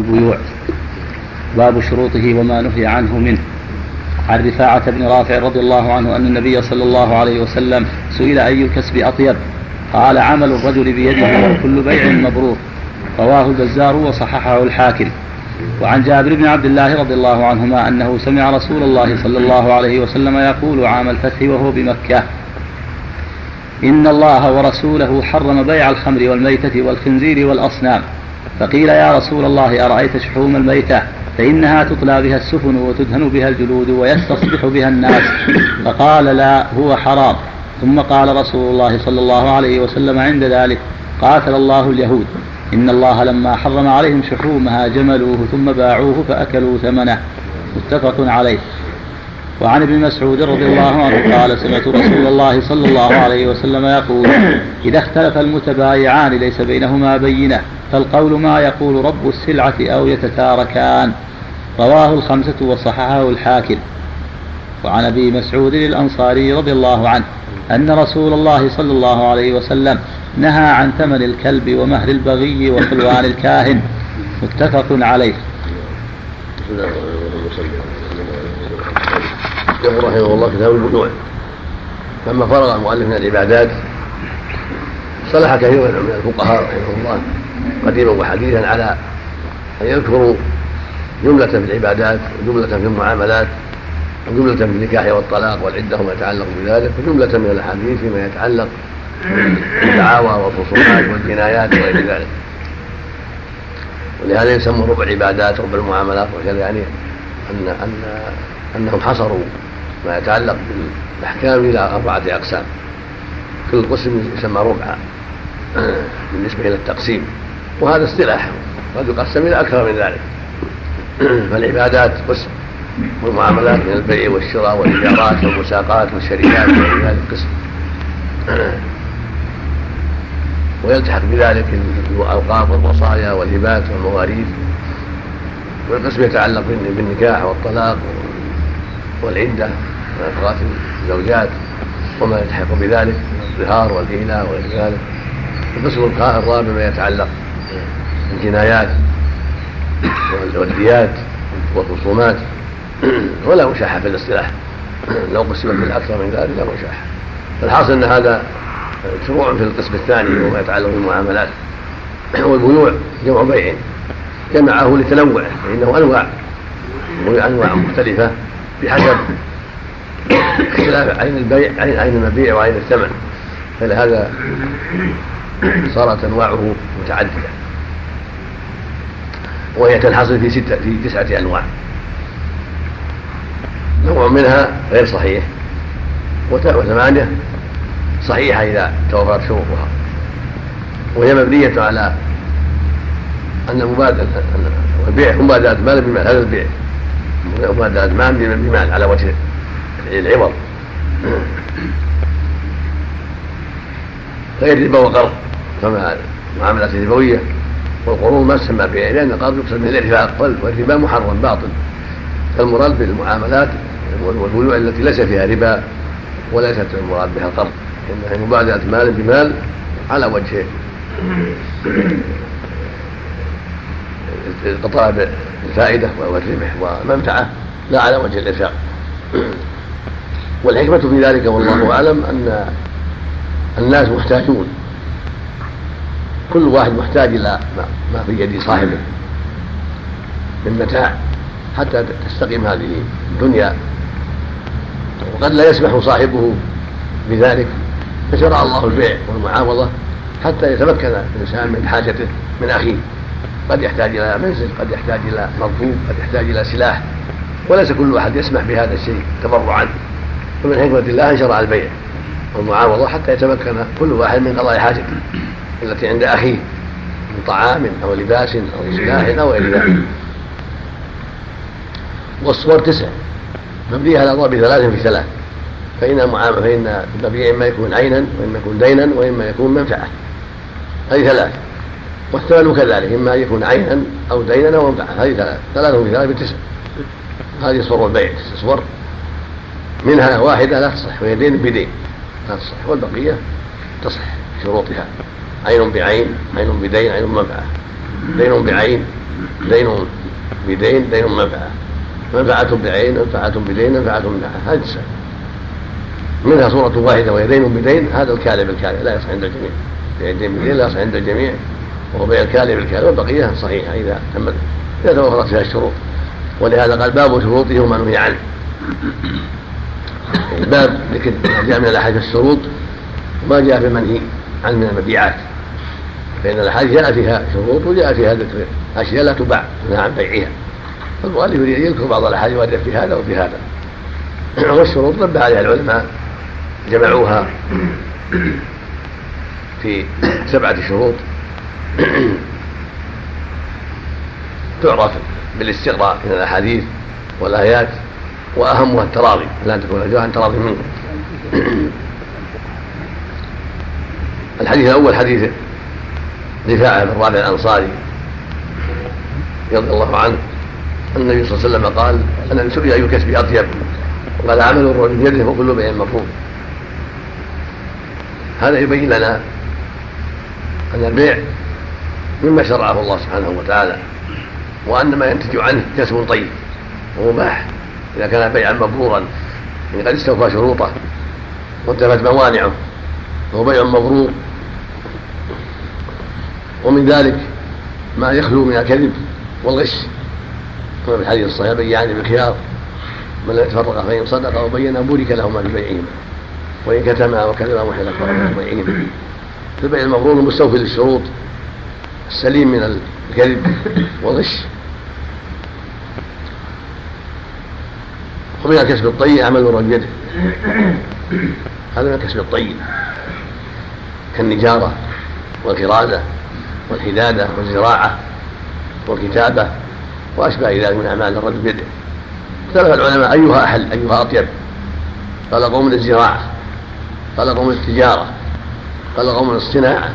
البيوع. باب شروطه وما نهي عنه منه. عن رفاعة بن رافع رضي الله عنه أن النبي صلى الله عليه وسلم سئل أي الكسب أطيب؟ قال عمل الرجل بيده وكل بيع مبرور. رواه البزار وصححه الحاكم. وعن جابر بن عبد الله رضي الله عنهما أنه سمع رسول الله صلى الله عليه وسلم يقول عام الفتح وهو بمكة: إن الله ورسوله حرم بيع الخمر والميتة والخنزير والأصنام. فقيل يا رسول الله أرأيت شحوم الميتة فإنها تطلى بها السفن وتدهن بها الجلود ويستصبح بها الناس. فقال لا، هو حرام. ثم قال رسول الله صلى الله عليه وسلم عند ذلك: قاتل الله اليهود، إن الله لما حرم عليهم شحومها جملوه ثم باعوه فأكلوا ثمنه. متفق عليه. وعن ابن مسعود رضي الله عنه قال: سمعت رسول الله صلى الله عليه وسلم يقول: إذا اختلف المتبايعان ليس بينهما بينة فالقول ما يقول رب السلعة أو يتتاركان. رواه الخمسة وصححه الحاكم. وعن أبي مسعود الأنصاري رضي الله عنه أن رسول الله صلى الله عليه وسلم نهى عن ثمن الكلب ومهر البغي وحلوان الكاهن. متفق عليه. يقول رحمه الله كتاب البيوع. لما فرغ المؤلف من العبادات صلح كثير من الفقهاء رحمه الله قديما وحديثا على أن يذكروا جملة في العبادات وجملة في المعاملات وجملة في النكاح والطلاق والعدة وما يتعلق بذلك وجملة من الأحاديث فيما يتعلق بالدعاوى والخصومات والجنايات وغير ذلك. ولهذا يسمى ربع العبادات ربع المعاملات، وكذا يعني أنهم حصروا ما يتعلق بالأحكام إلى 4 أقسام، كل قسم يسمى ربعا بالنسبة إلى التقسيم، وهذا اصطلاح قد يقسم إلى أكثر من ذلك. فالعبادات قسم، والمعاملات من البيع والشراء والإيجارات والمساقات والشركات وغير ذلك قسم، ويلتحق بذلك الأوقاف والوصايا والهبات والمواريث، والقسم يتعلق بالنكاح والطلاق والعدة وإفراط الزوجات وما يلتحق بذلك من الظهار والإيلاء وغير ذلك. القسم الرابع ما يتعلق بالجنايات والديات والخصومات، ولا مشاحة في الاصطلاح، لو قسمت بالأكثر من ذلك لا مشاحة. فالحاصل أن هذا شروع في القسم الثاني وما يتعلق بالمعاملات. والبيوع جمع بيع جمعه لتنوعه، فإنه أنواع مختلفة بحسب اختلاف عين البيع عين المبيع وعين الثمن، فلهذا صارت أنواعه متعددة، وهي تنحصر في 9 أنواع. نوع منها غير صحيح، و8 صحيحة إذا توفرت شروطها، وهي مبنية على أن البيع مبادلة مال بمال. هذا البيع مبادلة مال بمال على وجه العوض، غير ربا وقرض، كما المعاملات الربوية والقروض ما تسمى بيع، لأن القرض يقصد من الإرفاق والربا محرم باطل. فالمراد بالمعاملات والبيوع التي ليس فيها ربا وليست المراد بها القرض، إنها مبادلة مال بمال على وجه الطلب الفائدة والربح ومنفعة، لا على وجه الإرفاق. والحكمة في ذلك والله أعلم أن الناس محتاجون، كل واحد محتاج إلى ما في يد صاحبه من متاع حتى تستقيم هذه الدنيا، وقد لا يسمح صاحبه بذلك، فشرع الله البيع والمعاوضة حتى يتمكن الإنسان من حاجته من أخيه. قد يحتاج إلى منزل، قد يحتاج إلى مركوب، قد يحتاج إلى سلاح، وليس كل أحد يسمح بهذا الشيء تبرعا. فمن حكمة الله أن شرع البيع والمعاوضة حتى يتمكن كل واحد من قضاء حاجته التي عند أخيه من طعام أو لباس أو سلاح أو غير ذلك. والصور 9 مبنية على ضرب 3 في 3، فإن البيع إما يكون عينا وإما يكون دينا وإما يكون منفعة، هذه 3. والثمن كذلك، إما أن يكون عينا أو دينا أو منفعة، هذه 3 في 3 ب9. هذه صور البيع 9 صور، منها واحدة لا تصح وهي دين بدين لا تصح، والبقية تصح شروطها: عين بعين، عين بدين، عين منفعة. دين بعين دين بدين، دين منفعة، منفعة بعين، منفعة بدين، منفعة منفعة، هذه تسع. منها صورة واحدة وهي دين بدين، هذا الكالي بالكالي لا يصح عند الجميع، دين بدين لا يصح عند الجميع، وهو بيع الكالي بالكالي، والبقية صحيحة إذا توفرت فيها الشروط. ولهذا قال باب شروطه وما نهي عنه. الباب ذكر ما جاء من الأحاديث الشروط وما جاء في المنهي عن من المبيعات، فإن الأحاديث جاء فيها شروط وجاء فيها ذكر أشياء لا تباع منها عن بيعها، فالمؤلف يذكر بعض الأحاديث وارد في هذا وفي هذا. والشروط نبه عليها العلماء، جمعوها في 7 شروط تعرف بالاستقراء من الأحاديث والآيات، وأهمها التراضي، لا تكون الأجواء عن تراضي منكم. الحديث الأول حديث رفاعة بن رافع الأنصاري رضي الله عنه، النبي صلى الله عليه وسلم قال: أنا سئل أي كسب أطيب؟ قال: عمل الرجل بيده وكل بيع مبرور. هذا يبين لنا أن البيع مما شرعه الله سبحانه وتعالى، وأن ما ينتج عنه كسب طيب ومباح إذا كان بيعا مبرورا، يعني قد استوفى شروطه وانتفت موانعه، فهو بيع مبرور. ومن ذلك ما يخلو من الكذب والغش، كما في الحديث الصحيح: بيعان بالخيار، من لا يتفرق فإن صدق وبين بورك لهما في بيعهما، وإن كتما وكذبا محل أكبر من بيعهما. البيع المبرور المستوفي للشروط، السليم من الكذب والغش. ومن الكسب الطيب عمل الرجل بيده، هذا من الكسب الطيب كالنجارة والخرازة والحدادة والزراعة والكتابة وأشباه ذلك من أعمال الرجل بيده. اختلف العلماء أيها أحل أيها أطيب، قال قوم الزراعة، قال قوم التجارة، قال قوم الصناعة،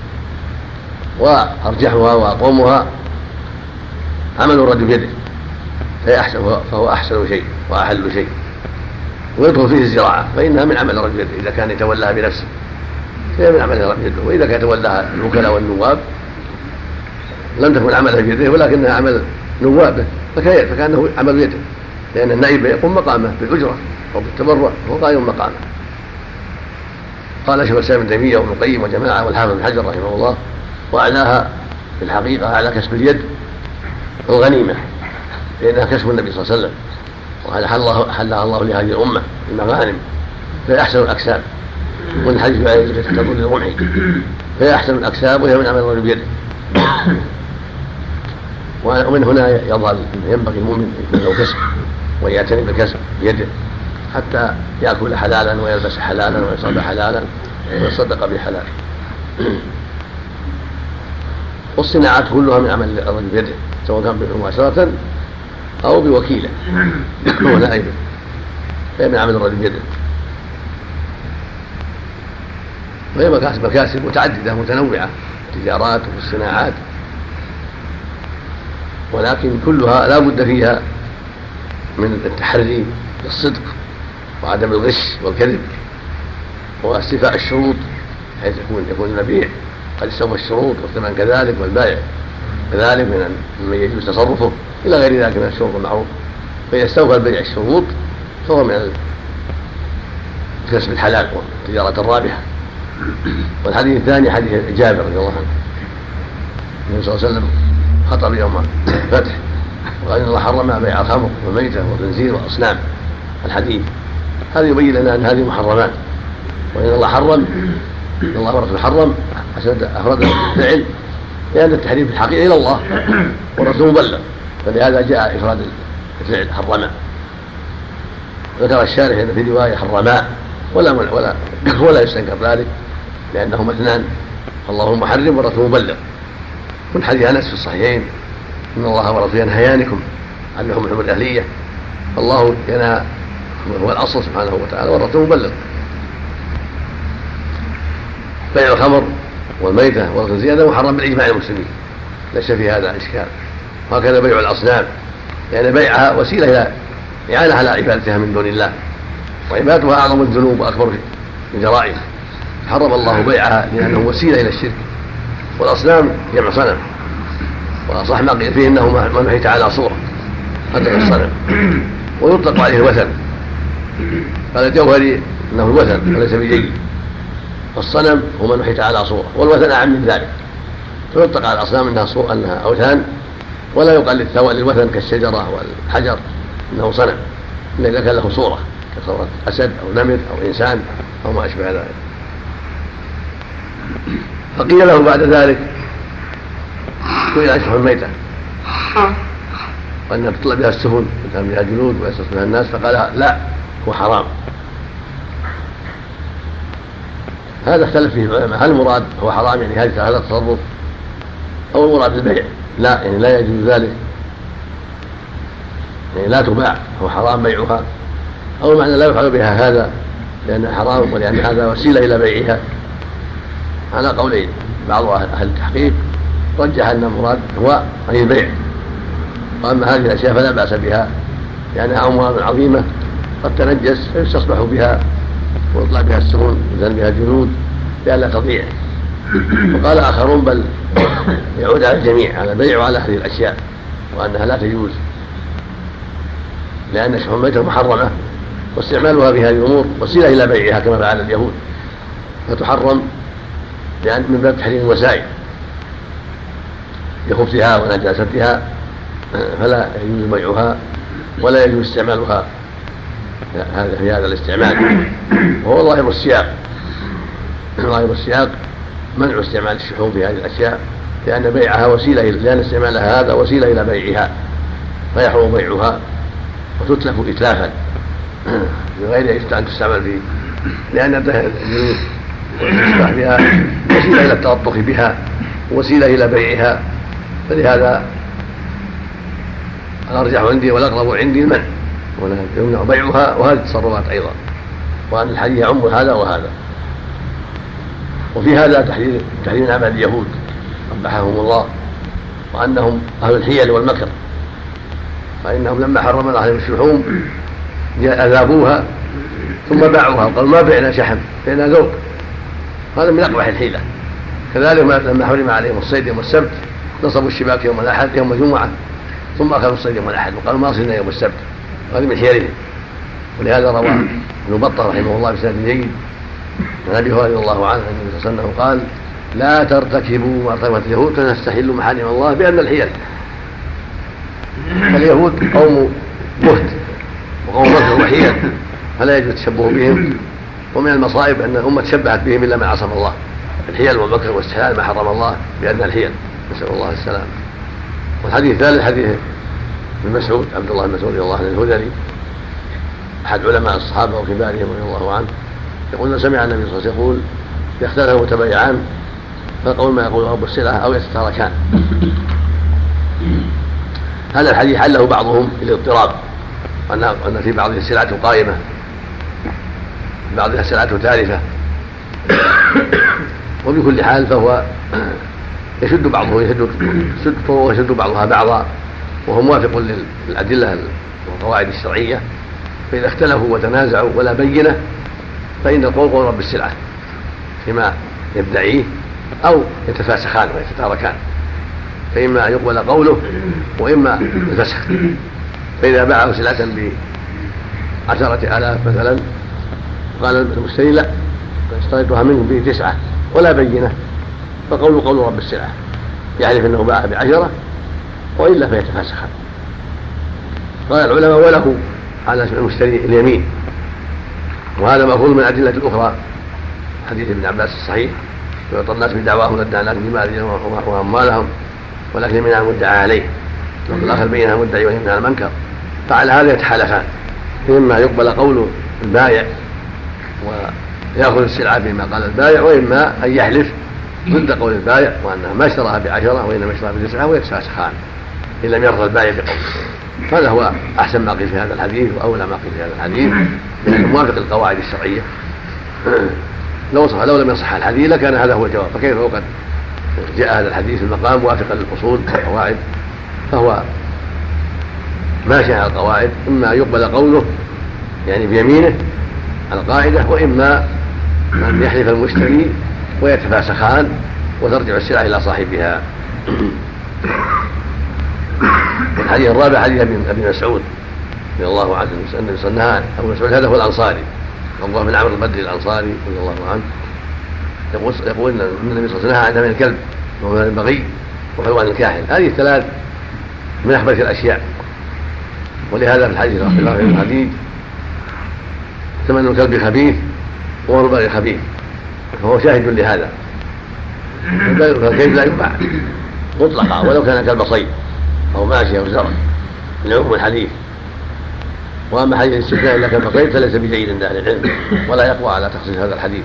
وأرجحها وأقومها عمل الرجل بيده، فهو أحسن شيء وأحل شيء. ويدخل فيه الزراعة فإنها من عمل الرجل بيده إذا كان يتولاها بنفسه، فهي من عمل الرجل بيده. وإذا كان يتولاها الوكلاء والنواب لم تكن عملها بيده ولكنها عمل نوابه، فكأنه عمل بيده، لأن النائب يقوم مقامه بالأجرة أو بالتبرع، وهو قائم مقامه. قال شيخ الإسلام ابن تيمية وابن القيم وجماعة والحافظ بن حجر رحمه الله: وأعلاها في الحقيقة أعلى كسب اليد الغنيمة، لأنها كسب النبي صلى الله عليه وسلم، وهذا حلها الله لهذه الأمة المغانم، فهي أحسن الأكساب. والحديث التي تدل للرمح، فهي أحسن الأكساب وهي من عمل الرجل بيده. ومن هنا يظهر ينبغي المؤمن يكون له كسب ويعتني بالكسب بيده، حتى يأكل حلالا ويلبس حلالا ويشرب حلالا ويصدق بحلال. والصناعات كلها من عمل الرجل بيده، سواء كان مباشرة أو بوكيله هو نائب، فهي من عمل الرجل بيده. وهي مكاسب متعددة متنوعة، التجارات والصناعات، ولكن كلها لا بد فيها من التحري بالصدق وعدم الغش والكذب واستيفاء الشروط، حيث يكون المبيع قد استوفى الشروط والثمن كذلك، والبائع كذلك ممن يجوز تصرفه إلى غير ذلك من الشروط المعروف. فإذا استوفى البيع الشروط فهو من كسب الحلال والتجارة الرابحة. والحديث الثاني حديث جابر رضي الله عنه، النبي صلى الله عليه وسلم خطب يوم الفتح وقال: إن الله حرم بيع الخمر والميتة والخنزير والأصنام. الحديث هذا يبين لنا أن هذه محرمات، وإن الله حرم، إن الله ورسوله حرم، أفرد الفعل لأن التحريم في الحقيقة إلى الله والرسول مبلغ، فلهذا جاء إفراد الفعل حرما. ذكر الشارح أن في رواية حرما ولا يستنكر ذلك، لأنهما اثنان، الله محرم والرسول مبلغ. من حديث أنس في الصحيحين: إن الله ورسوله ينهيانكم عن لحوم الأهلية، الله ينهى هو الأصل سبحانه وتعالى، والرسول مبلغ. بيع الخمر والميتة والخنزير هذا محرم بالإجماع المسلمين، ليس في هذا إشكال. وهكذا بيع الأصنام، لأن بيعها وسيلة إلى إعانة على عبادتها من دون الله، وعبادتها أعظم الذنوب وأكبر الجرائم، حرم الله بيعها لأنه وسيلة إلى الشرك. والأصنام جمع صنم، وأصح ما قيل فيه إنه ما نحيت على صورة قدر الصنم، ويطلق عليه الوثن. قال الجوهري انه الوثن وليس بجيد، والصنم هو من نحت على صوره، والوثن اعم من ذلك، فيطلق على الاصنام انها اوثان، ولا يقال للوثن كالشجره والحجر انه صنم، الا اذا كان له صوره كصوره اسد او نمر او انسان او ما اشبه ذلك. فقيل له بعد ذلك سئل عن شحم الميته وأنها تطلع بها السفن وتعمل بها جلود ويستص بها الناس، فقال لا، هو حرام. هذا اختلف فيه العلماء، هل المراد هو حرام يعني هذا التصرف أو المراد البيع؟ لا، يعني لا يجوز ذلك، يعني لا تباع، هو حرام بيعها، أو المعنى لا يفعل بها هذا لأنها حرام ولأن هذا وسيلة إلى بيعها. على قولين، بعض أهل التحقيق رجح أن المراد هو أي البيع، وأما هذه الأشياء فلا بأس بها لأنها أموال عظيمة قد تنجس فيستصبح بها ويطلع بها السفن ويزن بها الجلود لئلا تضيع. وقال آخرون بل يعود على الجميع، على البيع وعلى هذه الأشياء، وأنها لا تجوز لأن شحم الميتة محرمة، واستعمالها في هذه الأمور وسيلة إلى بيعها كما فعل اليهود، فتحرم لأن من باب تحريم الوسائل لخبثها ونجاستها، فلا يجوز بيعها ولا يجوز استعمالها في هذا الاستعمال. وهو ظاهر السياق، ظاهر السياق منع استعمال الشحوم في هذه الأشياء، لأن بيعها وسيلة، لأن استعمالها هذا وسيلة إلى بيعها، فيحرم بيعها وتتلف إتلافا بغير أن تستعمل فيه، لأن الجلود والمصباح بها وسيلة إلى التلطخ بها وسيلة إلى بيعها. فلهذا الأرجح عندي والأقرب عندي المنع، ولا يمنع بيعها وهذه التصرفات أيضا، وأن الحديث يعم هذا وهذا. وفي هذا تحذير عمل اليهود قبحهم الله، وأنهم أهل الحيل والمكر، فإنهم لما حرم الله عليهم الشحوم أذابوها ثم باعوها وقالوا ما بعنا شحم، بعنا ذوق، هذا من أقبح الحيلة. كذلك لما حرم عليهم الصيد يوم السبت نصبوا الشباك يوم الأحد يوم الجمعة ثم أخذوا الصيد يوم الأحد وقالوا ما صلنا يوم السبت، هذه من حيلهم. ولهذا روى ابن بطة رحمه الله بسند جيد عن أبي هريرة رضي الله عنه أن النبي صلى الله عليه وسلم قال لا ترتكبوا ما ارتكبت اليهود فنستحل محارم الله بأن الحيل. فاليهود قوم بهت وقوم مكر وحيل، فلا يجوز التشبه بهم، ومن المصائب أن الأمة تشبهت بهم إلا ما عصم الله، الحيل والمكر واستحلال ما حرم الله بأن الحيل، نسأل الله السلام. والحديث الثالث حديث ابن مسعود عبد الله بن مسعود رضي الله عنه الهذلي أحد علماء الصحابة وكبارهم رضي الله عنه، يقول سمع النبي صلى الله عليه وسلم يقول يختلف المتبايعان فيقول ما يقول رب السلعة أو يتتاركان. هذا الحديث حله بعضهم بالاضطراب، أن في بعض السلعة قائمة، بعضها السلعة تالفة، وبكل حال فهو يشد بعضه يشد بعضها بعضا، وهو موافق للأدلة والقواعد الشرعية. فإذا اختلفوا وتنازعوا ولا بينة فإن القول قول رب السلعة فيما يدعيه، أو يتفاسخان ويتتاركان، فإما يقبل قوله وإما الفسخ. فإذا باعه سلعة ب10,000 مثلا قال المشتري لا اشتريتها منه ب9 ولا بينة، فقوله قول رب السلعة، يعرف أنه باع ب10 وإلا فيتفاسخان. قال العلماء وله على المشتري اليمين، وهذا مأخوذ من الأدلة الأخرى، حديث ابن عباس الصحيح يعطى الناس بدعواهم للدعنات بمالهم وأموالهم ولكن منها المدعى عليه، وفي الآخر بينها المدعي ويمنع المنكر، فعلى هذا يتحالفان، إما يقبل قول البائع ويأخذ السلعة بما قال البائع، وإما أن يحلف ضد قول البائع وأنه ما اشتراها ب10 وإنما اشتراها ب9 ويتفاسخان إن لم يرضى البائع بقوله. هذا هو أحسن ما قيل في هذا الحديث وأولى ما قيل في هذا الحديث، لأنه موافق القواعد الشرعية. لو لم يصح الحديث لكان هذا هو الجواب، فكيف وقد جاء هذا الحديث في المقام موافقا للأصول والقواعد، فهو ماشي على القواعد، إما يقبل قوله يعني بيمينه على القاعدة، وإما أن يحلف المشتري ويتفاسخان وترجع السلعة إلى صاحبها. والحديث الرابع حديث ابي مسعود رضي الله عنه النبي صلى الله عليه وسلم ابو مسعود هذا هو الانصاري عبد الله بن عمرو البدري الانصاري رضي الله عنه يقول ان النبي صلى الله عليه وسلم نهى عن دم الكلب ومن البغي وحلوان الكاهن. هذه الثلاث من احبث الاشياء، ولهذا في الحديث الحديث ثمن الكلب خبيث وهو البغي خبيث، فهو شاهد لهذا. الكلب لا يباع مطلقا ولو كان كلب صيد او ماشي او زرع من عموم الحديث. واما حديث الاستثناء الا كلب صيد فليس بجيد عند اهل العلم ولا يقوى على تخصيص هذا الحديث.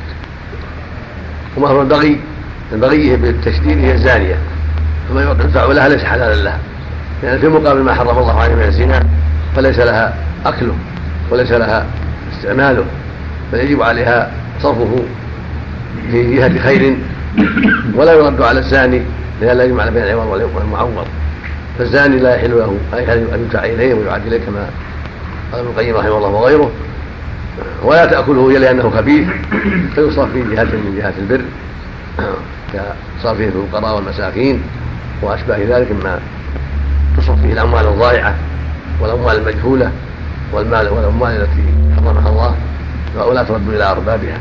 وما هو البغي؟ البغي بالتشديد هي الزانيه، فما يدفع لها ليس حلالا لها، لأن يعني في مقابل ما حرم الله عليه من الزنا فليس لها أكله وليس لها استعماله، بل يجب عليها صرفه في جهة خير ولا يرد على الزاني لئلا يجمع بين العوض والمعوض. فالزاني لا يحل له أن يدفع إليه ويعاد إليه كما قال ابن القيم رحمه الله وغيره، ولا تأكله هي لأنه خبيث فيصرف في جهة من جهات البر كصرفه في الفقراء والمساكين وأشباه ذلك مما تصرف فيه الأموال الضائعة والأموال المجهولة والأموال التي حرمها الله ولا ترد إلى أربابها.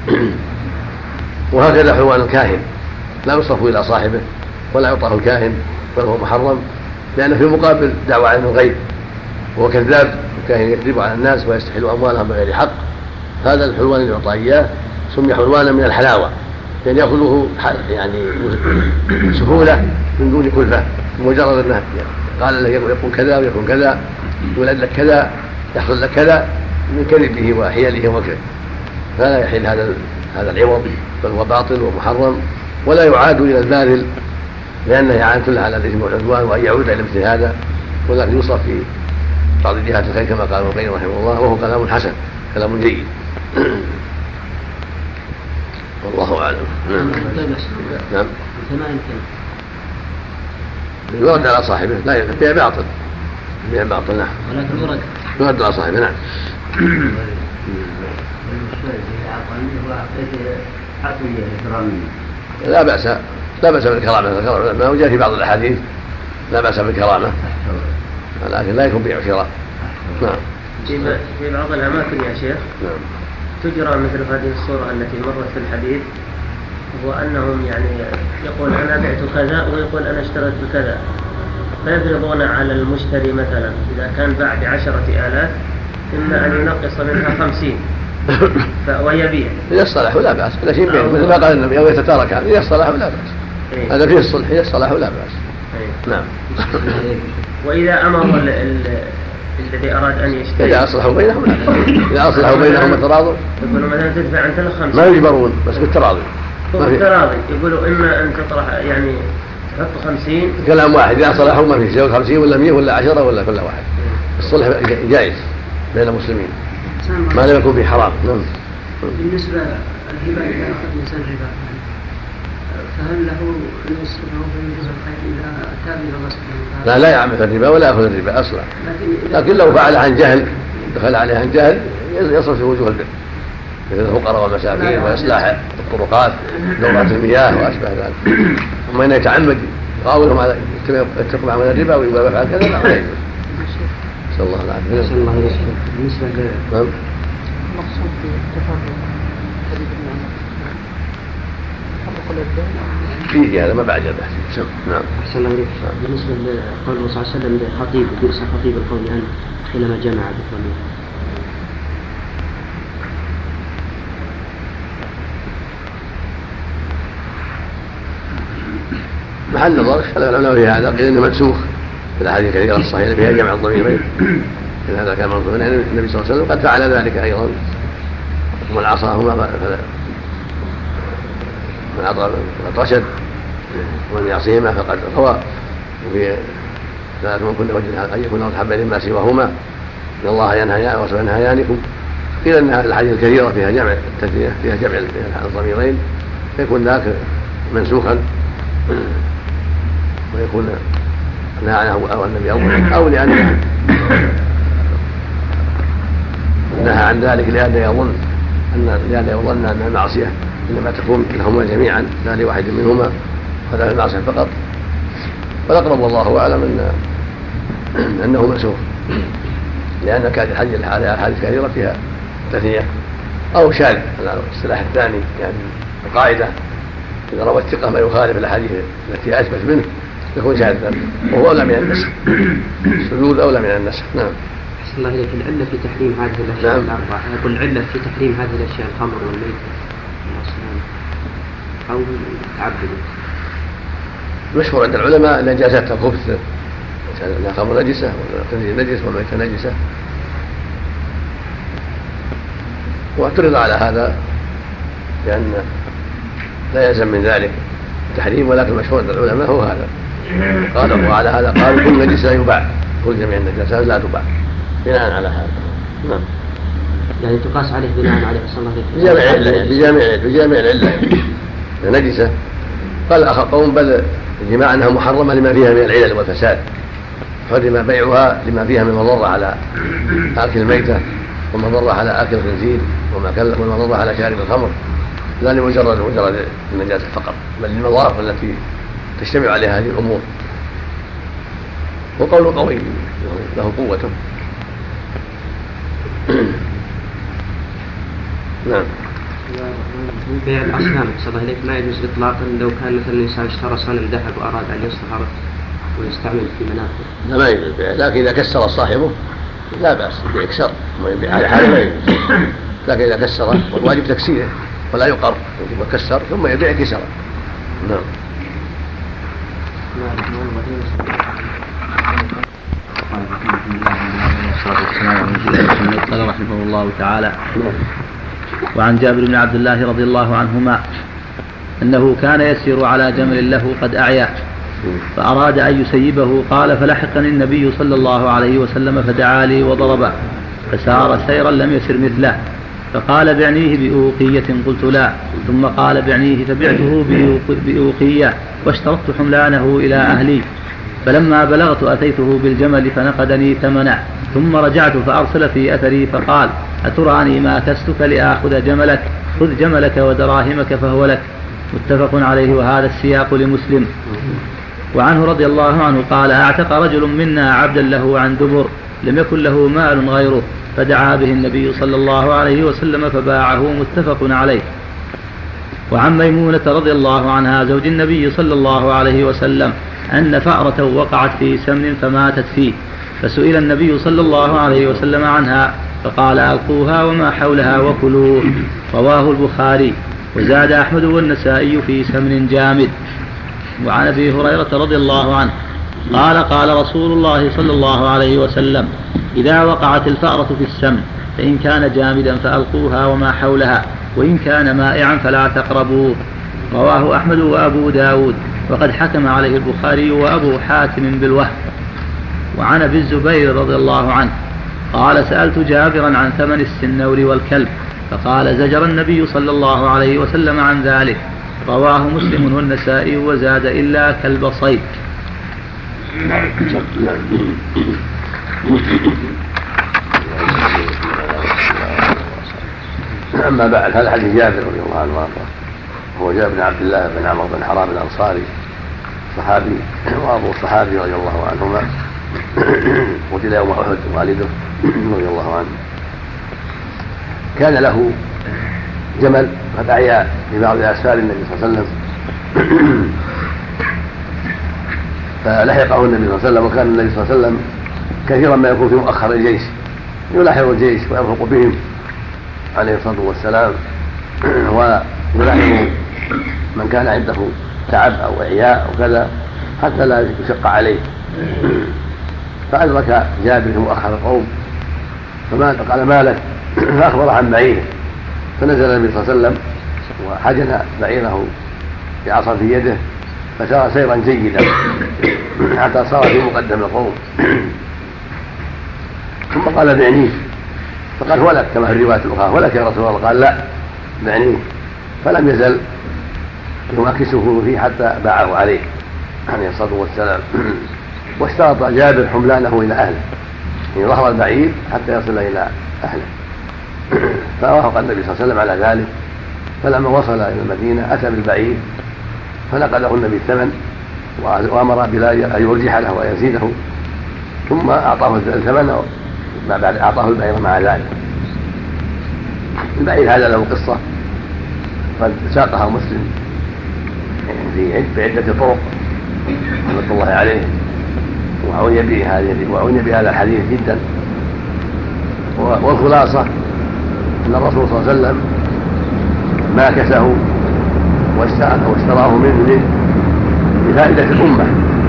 وهكذا حلوان الكاهن لا يصرف إلى صاحبه ولا يعطاه الكاهن بل هو محرم، لأنه في مقابل دعوى علم الغيب وهو كذاب، الكاهن يكذب على الناس ويستحل أموالهم بغير حق. هذا الحلوان اللي يعطى إياه سمي حلوانا من الحلاوة، لأن يأخذه يعني سهولة من دون كلفة، مجرد أنه قال له يكون كذا ويكون كذا، يولد لك كذا، يحصل لك كذا من كذبه وحيله وكذا، فلا يحل هذا العوض بل هو باطل ومحرم ولا يعاد إلى الباذل لأنه يعان كلها على الإثم والعدوان وأن يعود إلى مثل هذا، ولكن يوصف في بعض جهات الخير كما قال ابن القيم رحمه الله، وهو كلام حسن كلام جيد. والله أعلم. نعم. يرد على صاحبه، لا يبيع باطل، يبيع باطل. نعم. ولكن يرد على صاحبه. نعم. لا بأس بالكرامة، ما وجد في بعض الأحاديث لا بأس بالكرامة، لكن لا يكون بيع شراء. نعم. في بعض الأماكن يا شيخ نعم تجرى مثل هذه الصورة التي مرت في الحديث، هو أنهم يعني يقول أنا بعت كذا ويقول أنا اشتريت بكذا، فيفرضون على المشتري مثلا إذا كان باع ب10,000 إما أن ينقص منها 50 ويبيع. إذا اصطلحوا لا بأس، لا شيء بيع مثل ما قال النبي أو يتتارك، إذا اصطلحوا لا بأس. هذا فيه الصلح، إذا اصطلحوا لا بأس. نعم. وإذا أمر الذي أراد أن يشتري إذا أصلحوا بينهم لا بأس، إذا أصلحوا بينهم التراضي يقولوا مثلا تدفع أنت 50 ما يجبرون بس بالتراضي. بالتراضي يقولوا إما أن تطرح يعني تحط 50 كلام واحد، إذا صلحوا ما في شيء 50 ولا 100 ولا 10 ولا كل واحد. الصلح جائز بين المسلمين ما لم يكن فيه حرام. نعم. بالنسبة الهبة إذا أخذ الإنسان هبة فهل له أن يصرفه بوجوه الخير إذا تاب إلى الله سبحانه وتعالى؟ لا يعمل الربا ولا يأخذ الربا أصلا، لكن لو فعل عن جهل دخل عليه عن جهل يصرف في وجوه البر مثل الفقراء والمساكين وإصلاح الطرقات دورات المياه وأشبه ذلك. أما إنه يتعمد يقاولهم على يترك معهم الربا ويقول يفعل كذا لا يجوز. نسأل الله العافية. نسأل الله العافية. بالنسبة مقصود بالتفرق فيه هذا ما بعد البحث. نعم. أحسن الله عليك. بالنسبة لقول الله صلى الله عليه وسلم للخطيب بئس خطيب القوم عنه حينما جمع بالضمير. محل نظر اختلف العلماء في هذا، قيل انه منسوخ في الاحاديث الكثيره الصحيحه فيها جمع الضميرين، إن هذا كان منسوخا لان النبي صلى الله عليه وسلم قد فعل ذلك ايضا. ومن عصاهما من عطى فقد رشد ومن يعصيهما فقد غوى. وفي ثلاث من كل وجه ان يكون اصحاب لما سواهما ان الله ينهى ورسوله ينهيانكم. قيل ان هذه الحديث الكثيره فيها جمع التثنيه، فيها جمع الضميرين، فيكون ذاك منسوخا ويكون نهى عنه او النبي او لان نهى عن ذلك لأن يظن ان المعصيه انما تكون لهما جميعا لا لواحد منهما، هذا المعصيه فقط. فالاقرب والله اعلم ان أنه منسوخ، لأن كانت الحديث كثيرة فيها تثنية أو شاذ على الصلاح الثاني، يعني القاعدة إذا روى الثقة ما يخالف الأحاديث التي أثبت منه يكون شاذا، وهو أولى من النسخ، الشذوذ أولى من النسخ. نعم. أحسن الله إليك. العلة في تحريم هذه الأشياء الأربعة، يقول العلة في تحريم هذه الأشياء الخمر والميتة والأصنام أو التعبد. مشهور عند العلماء نجاسة الخبث، الخمر نجسة والخنزير نجس والميتة نجسة، واعترض على هذا لأن لا يلزم من ذلك التحريم، ولكن مشهور عند العلماء هو هذا. قالوا وعلى هذا قالوا كل نجس لا يباع، كل جميع النجاسات لا تباع بناء على هذا. نعم. يعني تقاس عليه بناء عليه صلى الله عليه وسلم بجامع العلة نجسة. قال آخر قوم بل الجماع أنها محرمة لما فيها من العلل والفساد، حرم بيعها لما فيها من مضرة على آكل الميتة ومضرة على آكل الخنزير ومضرة على شارب الخمر، لا لمجرد النجاسة فقط، بل للمضار التي تجتمع عليها هذه الأمور. وقول قوي له قوته. نعم. بيع الأصنام صلى الله عليه ما يجوز إطلاقا لو كان مثلا الإنسان اشترى صنم ذهب وأراد أن يصهره ويستعمل في منافع. لا ما يجوز، لكن إذا كسر صاحبه لا بأس يكسر، على حاله ما يجوز، لكن إذا كسر والواجب تكسيره ولا يقر، يجب يكسر ثم يبيع كسره. نعم. قال رحمه الله تعالى: وعن جابر بن عبد الله رضي الله عنهما أنه كان يسير على جمل له قد أعياه فأراد أن يسيبه، قال: فلحقني النبي صلى الله عليه وسلم فدعا لي وضربه، فسار سيرا لم يسر مثله، فقال: بعنيه بأوقية، قلت لا، ثم قال: بعنيه، فبعته بأوقية واشترطت حملانه إلى أهلي، فلما بلغت أتيته بالجمل فنقدني ثمنه، ثم رجعت فأرسل في أثري فقال: أتراني ما كستك لآخذ جملك؟ خذ جملك ودراهمك فهو لك. متفق عليه، وهذا السياق لمسلم. وعنه رضي الله عنه قال: اعتق رجل منا عبدا له عن دبر لم يكن له مال غيره، فدعا به النبي صلى الله عليه وسلم فباعه. متفق عليه. وعن ميمونة رضي الله عنها زوج النبي صلى الله عليه وسلم أن فأرة وقعت في سمن فماتت فيه، فسئل النبي صلى الله عليه وسلم عنها فقال: ألقوها وما حولها وكلوه. رواه البخاري. وزاد أحمد والنسائي في سمن جامد. وعن أبي هريرة رضي الله عنه قال: قال رسول الله صلى الله عليه وسلم: إذا وقعت الفأرة في السمن فإن كان جامدا فألقوها وما حولها، وإن كان مائعا فلا تقربوه. رواه أحمد وأبو داود، وقد حكم عليه البخاري وأبو حاتم بالوهم. وعن أبي الزبير رضي الله عنه قال: سألت جابرا عن ثمن السنور والكلب، فقال: زجر النبي صلى الله عليه وسلم عن ذلك. رواه مسلم والنسائي، وزاد: إلا كلب صيد. أما بعد، هذا حديث جابر رضي الله عنه وارضاه، هو جابر بن عبد الله بن عمرو بن حرام الأنصاري صحابي، وأبو الصحابي رضي الله عنهما، قتل يوم أحد والده رضي الله عنه. كان له جمل قد أعيا لبعض أسفار النبي صلى الله عليه وسلم، فلحقه النبي صلى الله عليه وسلم، وكان النبي صلى الله عليه وسلم كثيرا ما يكون في مؤخر الجيش، يلاحق الجيش ويرفق بهم عليه الصلاة والسلام، ويلاحق من كان عنده تعب أو إعياء أو كذا حتى لا يشق عليه. فأدرك جابر مؤخر القوم فمات، قال: ما لك؟ فأخبر عن بعيره، فنزل النبي صلى الله عليه وسلم وحجن بعيره بعصا في يده، فسار سيرا جيدا حتى صار في مقدم القوم، ثم قال: بعنيه، فقال: هو لك، كما في الرواية الأخرى: هو لك يا رسول الله. قال: لا، بعنيه. فلم يزل يماكسه فيه حتى باعه عليه عليه الصلاة والسلام. واشترط جابر حملانه إلى أهله، يعني ظهر البعير حتى يصل إلى أهله، فوافق النبي صلى الله عليه وسلم على ذلك. فلما وصل إلى المدينة أتى بالبعير فنقله النبي الثمن، وأمر بلال أن يرجح له ويزيده، ثم أعطاه الثمن بعد أعطاه البعير مع ذلك. البعير هذا له قصة قد ساقها مسلم في عدة طرق رحمة الله عليه، وعني بهذا الحديث جدا. والخلاصة أن الرسول صلى الله عليه وسلم ماكسه واشتراه منه لفائدة الأمة،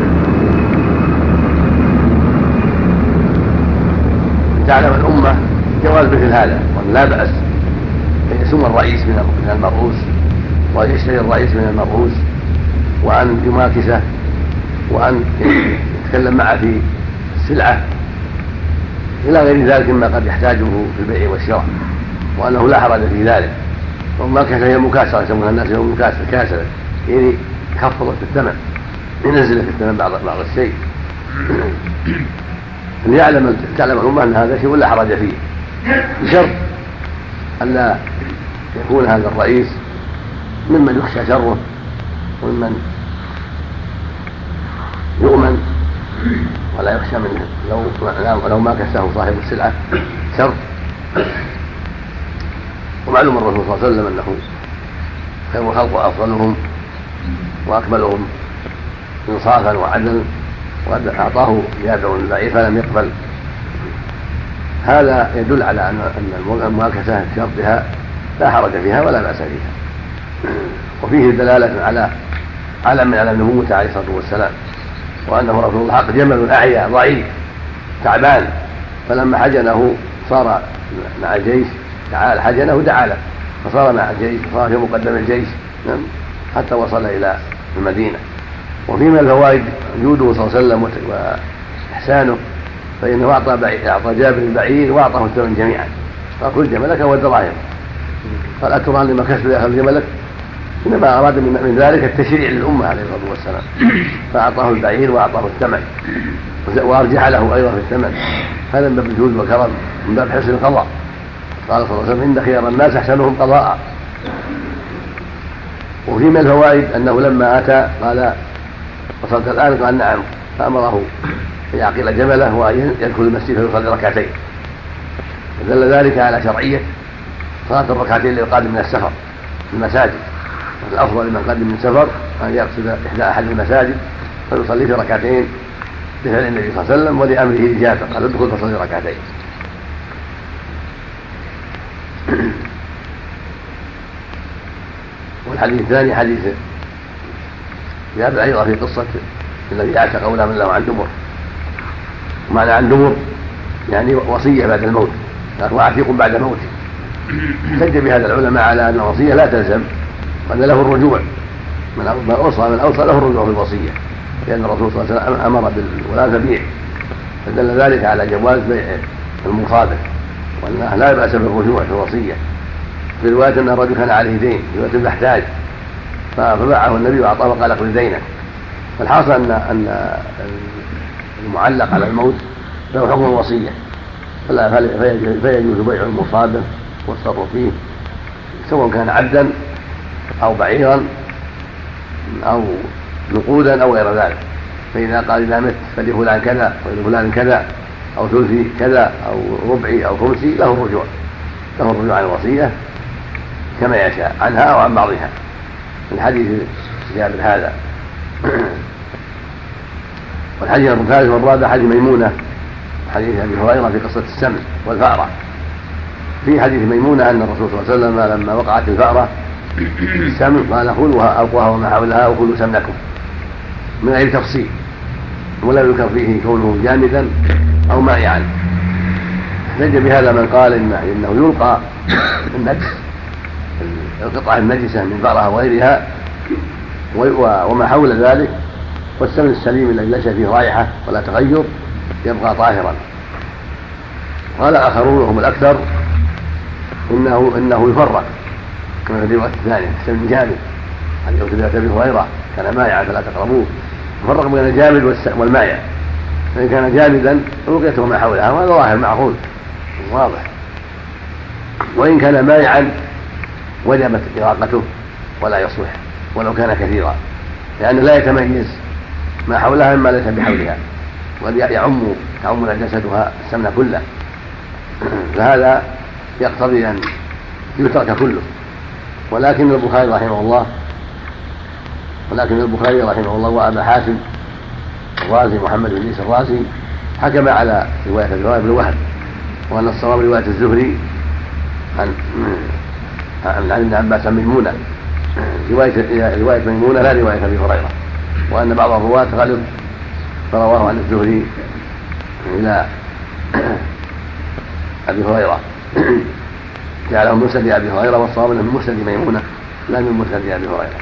تعلم الأمة جواز مثل هذا، وأن لا بأس أن يسم الرئيس من المرؤوس وأن يشتري الرئيس من المرؤوس وأن يماكسه وأن يتكلم معه في السلعة إلى غير ذلك مما قد يحتاجه في البيع والشراء، وأنه لا حرج في ذلك. والماكسة هي المكاسرة، يسمونها الناس يوم المكاسرة، يعني يخفض في الثمن، ينزل في الثمن بعض الشيء، تعلم الأمة أن هذا شيء لا حرج فيه، بشرط أن لا يكون هذا الرئيس ممن يخشى شره وممن يؤمن ولا يخشى منه لو ما كسه صاحب السلعة شر. ومعلوم الرسول صلى الله عليه وسلم أنه خير الخلق وأفضلهم وأكملهم إنصافا وعدلا، وقد أعطاه يابع البعير فلم يقبل. هذا يدل على أن المواكسة شرطها لا حرج فيها ولا بأس فيها. وفيه دلالة على علم من علم نبوته عليه الصلاة والسلام، وأنه رسول الحق جمل أعيا ضعيف تعبان، فلما حجنه صار مع الجيش حجنه دعا له فصار مع الجيش، صار في مقدم الجيش حتى وصل إلى المدينة. وفي من الفوائد جوده صلى الله عليه وسلم وإحسانه، فإنه أعطى جابر البعير وأعطاه الثمن جميعا، فكل جملك والدراهم، قال أترى أني ما كسب يأخذ جملك، إنما أراد من ذلك التشريع للأمة عليه الصلاة والسلام، فأعطاه البعير وأعطاه الثمن وأرجح له أيضا في الثمن. هذا من باب الجود والكرم، من باب حسن القضاء. قال صلى الله عليه وسلم إن خيار الناس أحسنهم قضاء. وفي من الفوائد أنه لما أتى قال وصلت الآن؟ قال نعم، فأمره أن يعقل جمله وأن يدخل المسجد فيصلي ركعتين، فدل ذلك على شرعية صلاة الركعتين للقادم من السفر في المساجد. الأفضل لمن قدم من سفر أن يقصد إحدى أحد المساجد فيصلي في ركعتين بفعل النبي صلى الله عليه وسلم ولأمره إجابة، قال ادخل فصلي ركعتين. والحديث الثاني حديث جابر أيضا في قصة الذي أعتق غلاما له عن دبر. معنى عن دبر يعني وصية بعد الموت، وعتيق بعد موته. احتج بهذا العلماء على أن الوصية لا تلزم، وأن له الرجوع من أوصى له الرجوع في الوصية، لأن الرسول صلى الله عليه وسلم أمر ولا تبيع، فدل ذلك على جواز بيع المصادق، وأنه لا بأس بالرجوع في الوصية. في رواية أن الرجل كان عليه دين، في رواية محتاج فباعه النبي وأعطاه وقال اقض دينك. فالحاصل أن المعلق على الموت له حكم الوصية، فيجوز بيع المصادق والتصرف فيه سواء كان عبدا أو بعيرا أو نقودا أو غير ذلك. فإذا قال إذا مت فلفلان كذا ولفلان كذا أو ثلثي كذا أو ربعي أو خمسي، له الرجوع عن الوصية كما يشاء عنها أو عن بعضها. الحديث جابر هذا. والحديث الثالث والرابع حديث ميمونة، حديث أبي هريرة في قصة السمن والفأرة. في حديث ميمونة أن الرسول صلى الله عليه وسلم لما وقعت الفأرة السمن قال خذوها ألقوها وما حولها وخذوا سمنكم، من غير تفصيل، ولا يذكر فيه كونه جامدا أو مائعا. احتج بهذا من قال إنه يلقى النجس، القطعة النجسة من فأرة وغيرها وما حول ذلك، والسمن السليم الذي ليس فيه رائحة ولا تغير يبقى طاهرا. قال آخرون وهم الأكثر إنه يفرق كما في الرواية الثانية، السمن جامد عن رواية أبي هريرة كان مائعا فلا تقربوه، يفرق بين الجامد والمائع. فإن كان جامدا ألقيته ما حولها، وهذا ظاهر معقول واضح. وإن كان مائعا وجبت إراقته ولا يصلح ولو كان كثيرا، لأنه لا يتميز ما حولها مما ليس بحولها، وقد يعم تعم نجاستها السمن كله، فهذا يقتضي أن يترك كله. ولكن البخاري رحمه الله وأبا حاتم الرازي محمد بن عيسى الرازي حكم على رواية بالوهن، وأن الصواب رواية الزهري عن ابن عباس عن ميمونة، رواية ميمونة لا رواية أبي هريرة، وأن بعض الرواة غلط فرواه عن الزهري إلى أبي هريرة جعله من مسند أبي هريرة، والصواب أنه من مسند ميمونة لا من مسند أبي هريرة.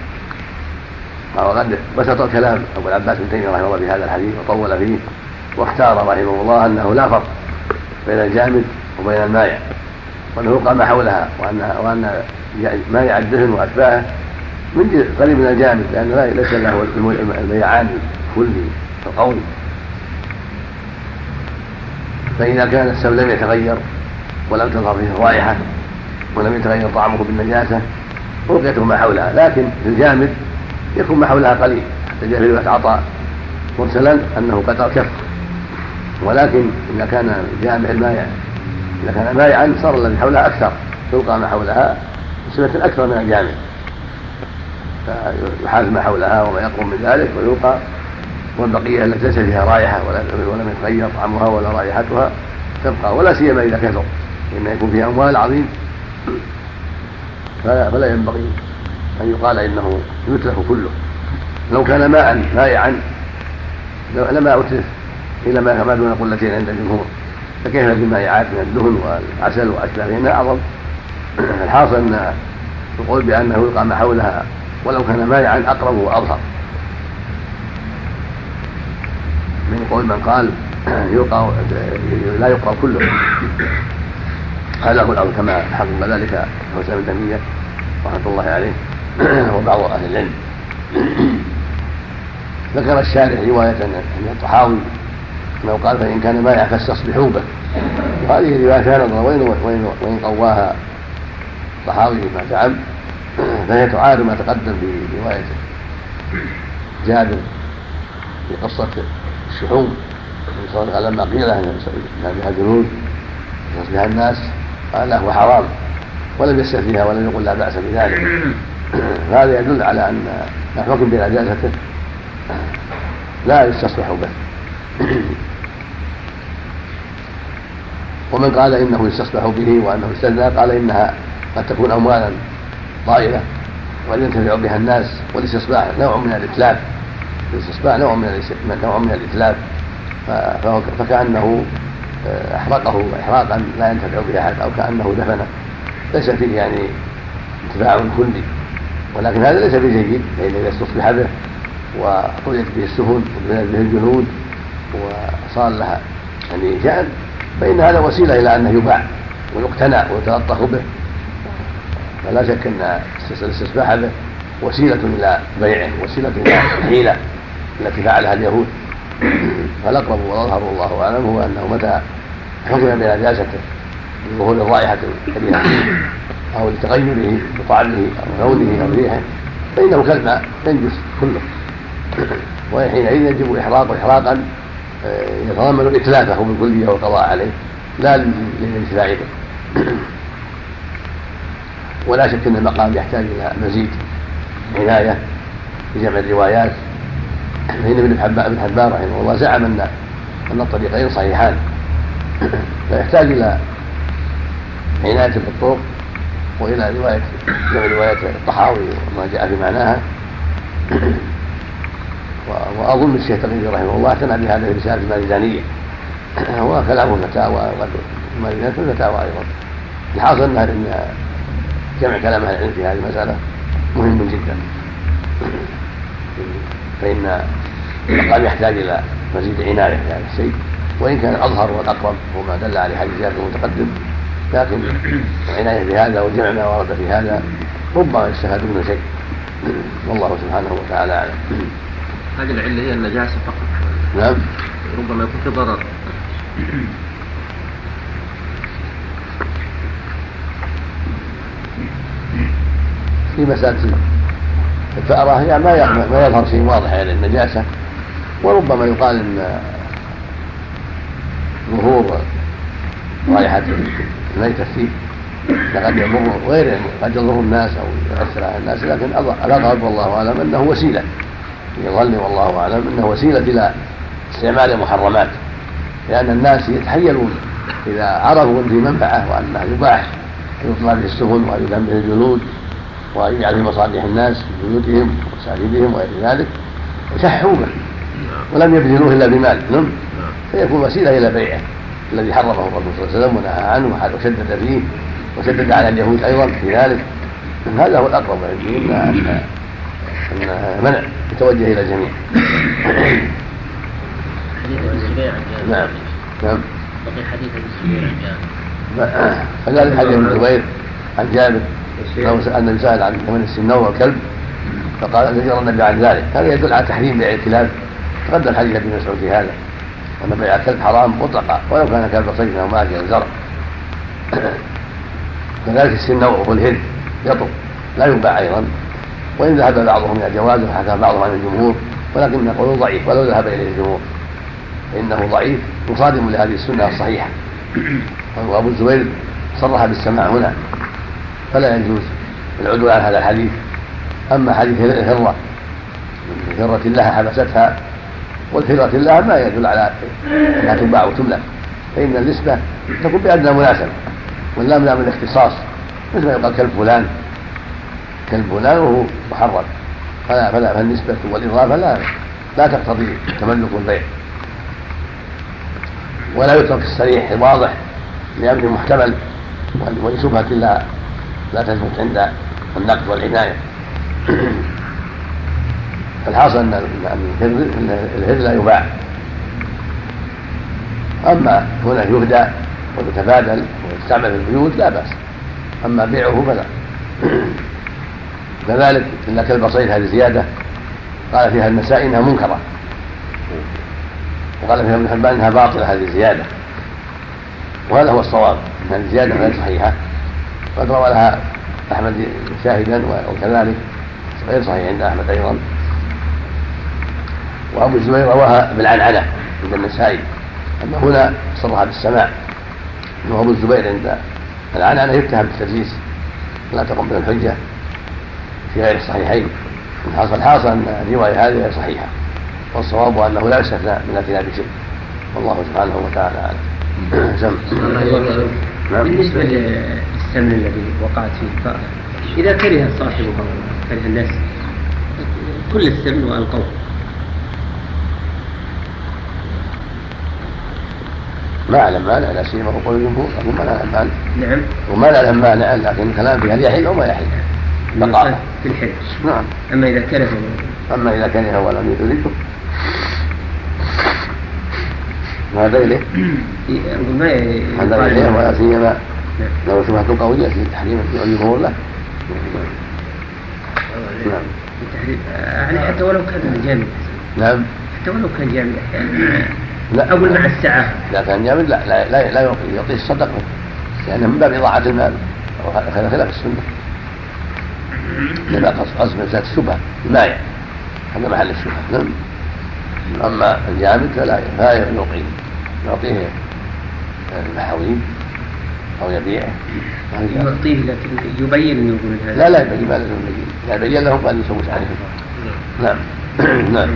وقد بسط الكلام أبو العباس بن تيمية رحمه الله في هذا الحديث وطول فيه، واختار رحمه الله أنه لا فرق بين الجامد وبين المائع، وأنه يوقع ما حولها، وأن مائع الدهن وأتباعه من قريب من الجامد، لأنه ليس له الميعان الكلي القوي. فإذا كان السم لم يتغير ولم تظهر فيه الرائحة ولم يتغير طعمه بالنجاسة بقيته ما حولها، لكن في الجامد يكون ما حولها قليل، حتى جاء في رواية عطاء مرسلا أنه قدر كف. ولكن إذا كان الجامع المائع إذا كان مائعا صار الذي حولها أكثر، يلقى ما حولها بصفة أكثر من الجامع، فيحاز ما حولها وما يقرب من ذلك ويلقى، والبقية التي ليس فيها رائحة ولم يتغير طعمها ولا رائحتها تبقى، ولا سيما إذا كثر، إن يكون فيها أموال عظيم فلا ينبغي أن يقال إنه يتلف كله. لو كان ماء مائعا لما أتلف إلى ما دون قلتين عند الجمهور، فكيف بالمائعات من الدهن والعسل وأشباههن أعظم. الحاصل أن يقول بأنه يلقى ما حولها ولو كان مائعا أقرب وأظهر من قول من قال لا يقرأ كله. هذا هو الأمر كما حقق ذلك حسين بن تيمية رحمة الله عليه وبعض أهل العلم. ذكر الشارح رواية عن الطحاوي أنه قال فإن كان مائع فاستصبحوا به، وهذه رواية شاردة وإن قواها الطحاوي فيما زعم فهي تعارض ما تقدم في رواية جابر في قصة الشحوم لما قيل له ان بها جنود يصبح الناس قال له حرام ولم يستثنيها ولم يقل لا بأس بذلك. هذا يدل على أن الحكم بنجاسته لا يستصبح به. ومن قال إنه يستصبح به وأنه استثنى قال إنها قد تكون أموالا طائلة وينتفع بها الناس، والاستصباح نوع من الإتلاف، الاستصباح نوع من الإتلاف، فكأنه أحرقه إحراقا لا ينتفع به أحد، أو كأنه دفنه، ليس فيه يعني انتفاع كلي. ولكن هذا ليس بجيد، فإن إذا استصبح به وطلعت به السفن وبنت به الجنود وصار لها يعني شأن، فإن هذا وسيلة إلى أنه يباع ويقتنى ويتلطخ به، فلا شك أن الاستصباح به وسيلة إلى بيعه، وسيلة إلى الحيلة التي فعلها اليهود. فالأقرب والأظهر والله أعلم هو أنه متى حكم بنجاسته لظهور الرائحة الكريهة أو لتغيره بطعمه أو لونه أو ريحه فإنه كالماء ينجس كله، وحينئذ يجب إحراقا يتضمن إتلافه بالكلية والقضاء عليه لا للانتفاع به. ولا شك أن المقام يحتاج إلى مزيد عناية في جمع الروايات، فإن ابن حبان رحمه الله زعم أن الطريقين صحيحان، فيحتاج إلى عناية بالطرق وإلى جمع رواية الطحاوي وما جاء في معناها. وأظن الشيخ تقي رحمه الله اعتنى بهذه الرسالة المالزانية، وكلامه فتاوى والمالزانية الفتاوى أيضا. الحاصل أن جمع كلام أهل العلم في هذه المسألة مهم جدا، فإن المقام يحتاج إلى مزيد عناية في هذا الشيء، وإن كان الأظهر والأقرب هو ما دل عليه حديث جابر المتقدم، لكن العناية بهذا والجمع ما ورد في هذا ربما يستفاد منه شيء، والله سبحانه وتعالى أعلم. هذه العلة هي النجاسة فقط؟ نعم، ربما يكون في ضرر. في مسألة الفأرة هي ما يظهر شيء واضح على النجاسة، وربما يقال ظهور رائحة الميتة فيه لقد يضر غيره، قد يضر الناس أو يؤثر على الناس، لكن الأغلب والله أعلم أنه وسيلة، يظل والله أعلم أنه وسيلة إلى استعمال المحرمات، لأن الناس يتحيلون إذا عرفوا أن في منفعة وأنه يباح يطلع به السفن ويدم به الجلود ويجعل في مصالح الناس في بيوتهم ومساجدهم وغير ذلك، شحوا به ولم يبذلوه إلا بمال، فيكون وسيلة إلى بيعه الذي حرمه الرسول صلى الله عليه وسلم ونهى عنه وشدد فيه وشدد على اليهود أيضا في ذلك. هذا هو الأقرب عندي أن منع يتوجه إلى الجميع. حديث ابن الزبير عن جابر. نعم نعم. بقي حديث ابن الزبير عن جابر. فذلك حديث ابن الزبير عن جابر أن سأل عن ثمن السنور والكلب فقال زجر النبي عن ذلك. هذا يدل على تحريم بيع الكلاب. تقدم حديث ابن مسعود في هذا أن بيع الكلب حرام مطلقا ولو كان كلب صيد أو ماكل الزرع. كذلك السنور والهر يطب لا يباع أيضا، وإن ذهب بعضهم إلى جوازه وحكى بعضهم عن الجمهور، ولكن يقولون ضعيف ولو ذهب إليه الجمهور فإنه ضعيف مصادم لهذه السنة الصحيحة. وأبو الزبير صرح بالسماع هنا فلا يجوز العدول عن هذا الحديث. أما حديث الهرة من هرة لها حبستها، والهرة لها ما يدل على أنها تباع وتملك، فإن النسبة تكون بأدنى مناسبة، واللام لام الاختصاص، مثل ما يقال كلب فلان وهو محرم، فالنسبة والإضافة لا تقتضي تملك البيع، ولا يترك الصريح الواضح لأمر محتمل وشبهة لا تثبت عند النقد والعناية. الحاصل أن الهر لا يباع، أما هنا يهدى ويتبادل ويستعمل في البيوت لا بأس، أما بيعه فلا. كذلك إن كلب صيد هذه زيادة قال فيها النسائي إنها منكرة، وقال فيها ابن حبان إنها باطلة هذه الزيادة، وهذا هو الصواب أن هذه الزيادة غير صحيحة، قد روى لها أحمد شاهدا وكذلك غير صحيح عند أحمد أيضا. وأبو الزبير رواها بالعنعنة عند النسائي، أما هنا صرح بالسماع. وأبو الزبير عند العنعنة يتهم بالتدليس ولا تقوم به الحجة في غير الصحيحين. الحاصل أن الرواية هذه صحيحة، والصواب أنه لا يستثنى من الكلاب شيء، والله سبحانه وتعالى أعلم. بالنسبة للسمن الذي وقعت فيه، إذا كره صاحبه كره الناس كل السمن وألقوه، ما أعلم مانع، لا سيما قول الجمهور لكن ما نعلم مانع. نعم. وما نعلم مانع، لكن الكلام في هل يحل أو ما يحل بقاء في الحل. نعم. أما إذا كره ولم يريده هذا إليه ولا سيما لو شبهة قوية في التحريم في الجمهور له. نعم. يعني حتى ولو كان جامد. نعم. حتى ولو كان جامد لا أقول مع الساعة. إذا كان جامد لا يعطيه الصدقة، لأنه من باب إضاعة المال خلاف السنة. لما قصد مسألة الشبهة المايع هذا محل الشبهة. نعم. أما الجامد فلا يعطيه المحاويل أو يبيعه. يعطيه لكن يبين أنه يقول هذا. لا يبين، ما لازم يبين، لا يبين لهم أن يسوس عليهم. نعم. نعم.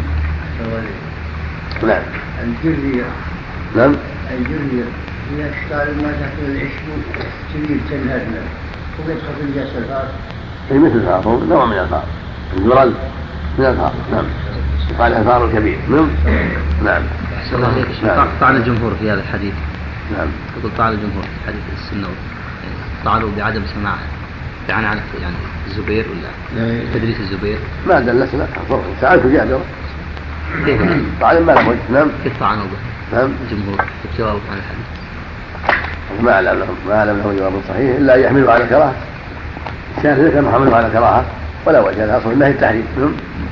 نعم. الجرية. نعم. الجرية هي أشكال ما تحت العشب كبير تنهدنا ويدخل في الجسد الفار. هي مثل الفار، هو نوع من الفار، الجرل من الفار. نعم. يقال الفار الكبير. نعم. نعم. طعن الجمهور في هذا الحديث. نعم. يقول طعن الجمهور في حديث السنة، طعنوا بعدم سماعه عن يعني الزبير ولا تدريس الزبير. ما دلت لا سألت جابر طعن ما له وجه. نعم. كيف طعنوا به؟ نعم. الجمهور في جواب عن الحديث. ما أعلم له جواب صحيح إلا يحمله على كراهة. الشافعي كان محمله على كراهة ولا وجه له أصل الله التحريم. نعم.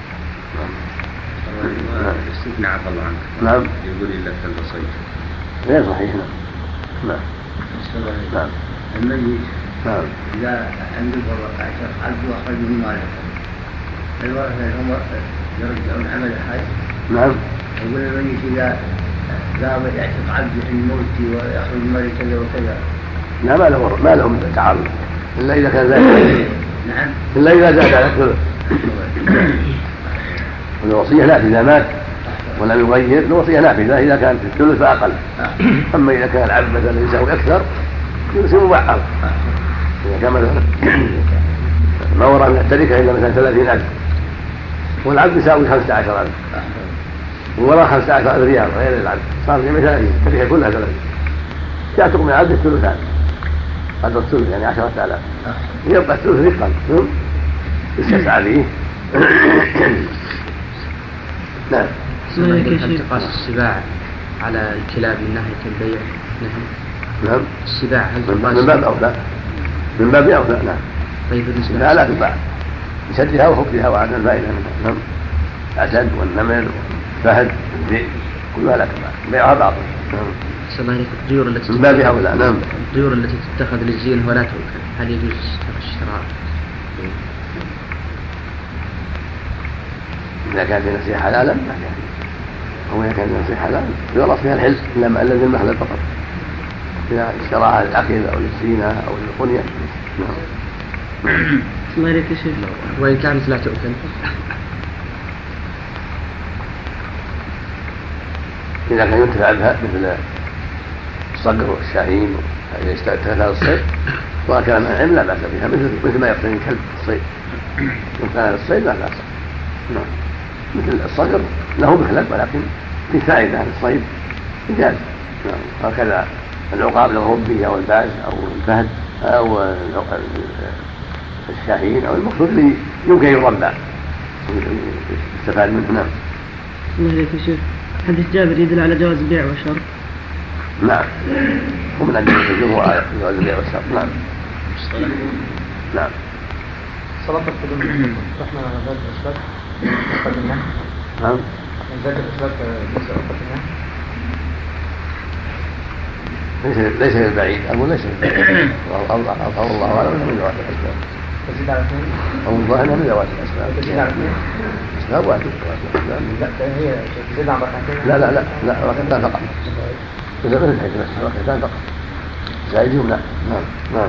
الاستثناء عفى الله عنك. نعم. يقول إلا كلب صيد. غير صحيح. نعم. نعم. الميت. نعم. إذا عنده الواقع ألف وأخرج من ماله الورثة هم يرجعون عمل الحج. نعم. يقول الميت إذا لا بد يعتق عبد الموت ويأخذ المال كذا وكذا. لا ما لهم تعارض إلا إذا كان زاد. نعم. إلا إذا زاد على الثلث. والوصية نافذة إذا مات ولم يغير الوصية نافذة إذا كانت الثلث فأقل. أما إذا كان العبد مثلا يساوي أكثر يصير مبعض. إذا كان مثلا ما وراء من التركة إلا مثلا 30,000 والعبد يساوي 15,000 ووراء 15,000 ريال غير العبد صار في 30 التركة كلها 30 يعتق من العبد الثلثان قدر الثلث يعني 10,000 يبقى الثلث رقا يستسعى به. نعم. هل تقاس السباع على الكلاب من ناحية البيع؟ نعم. السباع هل تقاس من باب أولى من باب أولى. نعم. طيب لا تباع بشدها وحكمها وعدم الفائدة منها. نعم. الأسد والنمر والفهد والذئب كلها لا تباع بيعها باطل. نعم. الله عليك الطيور التي من باب أولى. نعم. الطيور التي تتخذ للزينة ولا تؤكل هل يجوز اشتراء؟ إذا كان في نفسها حلالا ما كان أو إذا كان في نفسها حلالا يغلط فيها الحل إلا ما الذي المحلل فقط إذا اشتراها للأكل أو للزينة أو للقنية. نعم. الله عليك يا شيخ. وإن كانت لا تؤكل إذا كان ينتفع بها مثل الصقر والشاهين إذا اشتغلتها للصيد وكان العلم لا بأس بها مثل ما يقتني الكلب الصيد إن كان للصيد لا بأس. نعم. مثل الصقر له مخلب ولكن في فائدة للصيد إجازة. نعم. هكذا العقاب للغبي أو الباز أو الفهد أو الشاهين أو المقصود اللي يمكن يربى يستفاد منه. نعم. الله عليك يا شيخ. حديث جابر يدل على جواز البيع والشراء. نعم. ومن أجل الجمهور على جواز البيع والشراء. نعم. نعم. صلاة القدوم رحنا زاد الأسباب قدمنا. نعم. زاد الأسباب ليس قدمنا. ليس البعيد أقول ليس البعيد الله أعلم من ذوات الأسباب. تزيد على اثنين. أو الظاهر من ذوات الأسباب. تزيد على اثنين. أسباب واحد. لا هي تزيد على ركعتين. لا ركعتان فقط. إذا مثل الحج بس ركعتان فقط. زائدهم لا. نعم.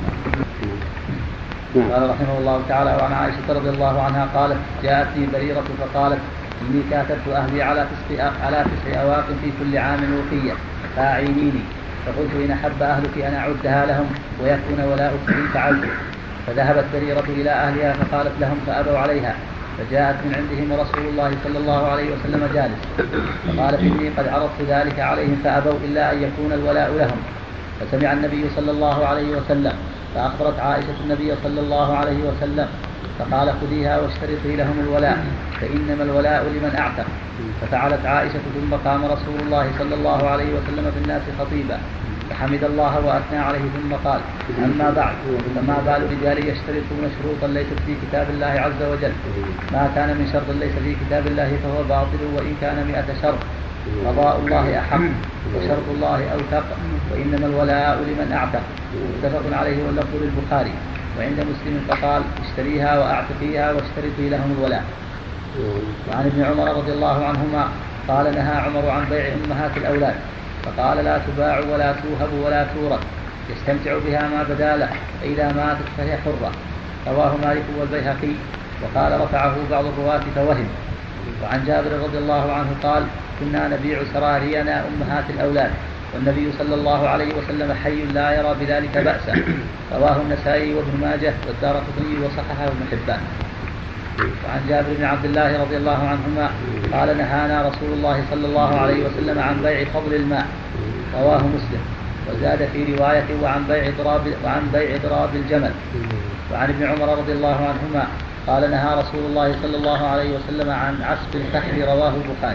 قال رحمه الله تعالى وعن عائشة رضي الله عنها قالت جاءتني بريرة فقالت إني كاتبت أهلي على 9 أواق في كل عام وقية فأعينيني. فقلت إن أحب أهلك أن أعدها لهم ويكون ولاؤك لي فعلت. فذهبت بريرة إلى أهلها فقالت لهم فأبوا عليها. فجاءت من عندهم رسول الله صلى الله عليه وسلم جالس فقالت إني قد عرضت ذلك عليهم فأبوا إلا أن يكون الولاء لهم. فسمع النبي صلى الله عليه وسلم فأخبرت عائشة النبي صلى الله عليه وسلم فقال خذيها واشترطي لهم الولاء فإنما الولاء لمن أعتق. ففعلت عائشة ثم قام رسول الله صلى الله عليه وسلم في الناس خطيبا فحمد الله وأثنى عليه ثم قال أما بعد فما بال رجال يشترطون شروطا ليست في كتاب الله عز وجل ما كان من شرط ليس في كتاب الله فهو باطل وإن كان 100 شرط قضاء الله أحق وشرط الله أوثق وإنما الولاء لمن أعتق. متفق عليه واللفظ للبخاري. وعند مسلم فقال اشتريها وأعتقيها واشترطي لهم الولاء. وعن ابن عمر رضي الله عنهما قال نهى عمر عن بيع أمهات الأولاد فقال لا تباع ولا توهب ولا تورث يستمتع بها ما بدا له فإذا ماتت فهي حرة. رواه مالك والبيهقي وقال رفعه بعض الرواة فوهم. وعن جابر رضي الله عنه قال كنا نبيع سرارينا أمهات الأولاد والنبي صلى الله عليه وسلم حي لا يرى بذلك بأسا. رواه النسائي وابن ماجه والدارقطني وصححه ابن حبان. وعن جابر بن عبد الله رضي الله عنهما قال نهانا رسول الله صلى الله عليه وسلم عن بيع فضل الماء. رواه مسلم. وزاد في رواية وعن بيع ضراب الجمل. وعن ابن عمر رضي الله عنهما قال نهى رسول الله صلى الله عليه وسلم عن عصب الفحل. رواه البخاري.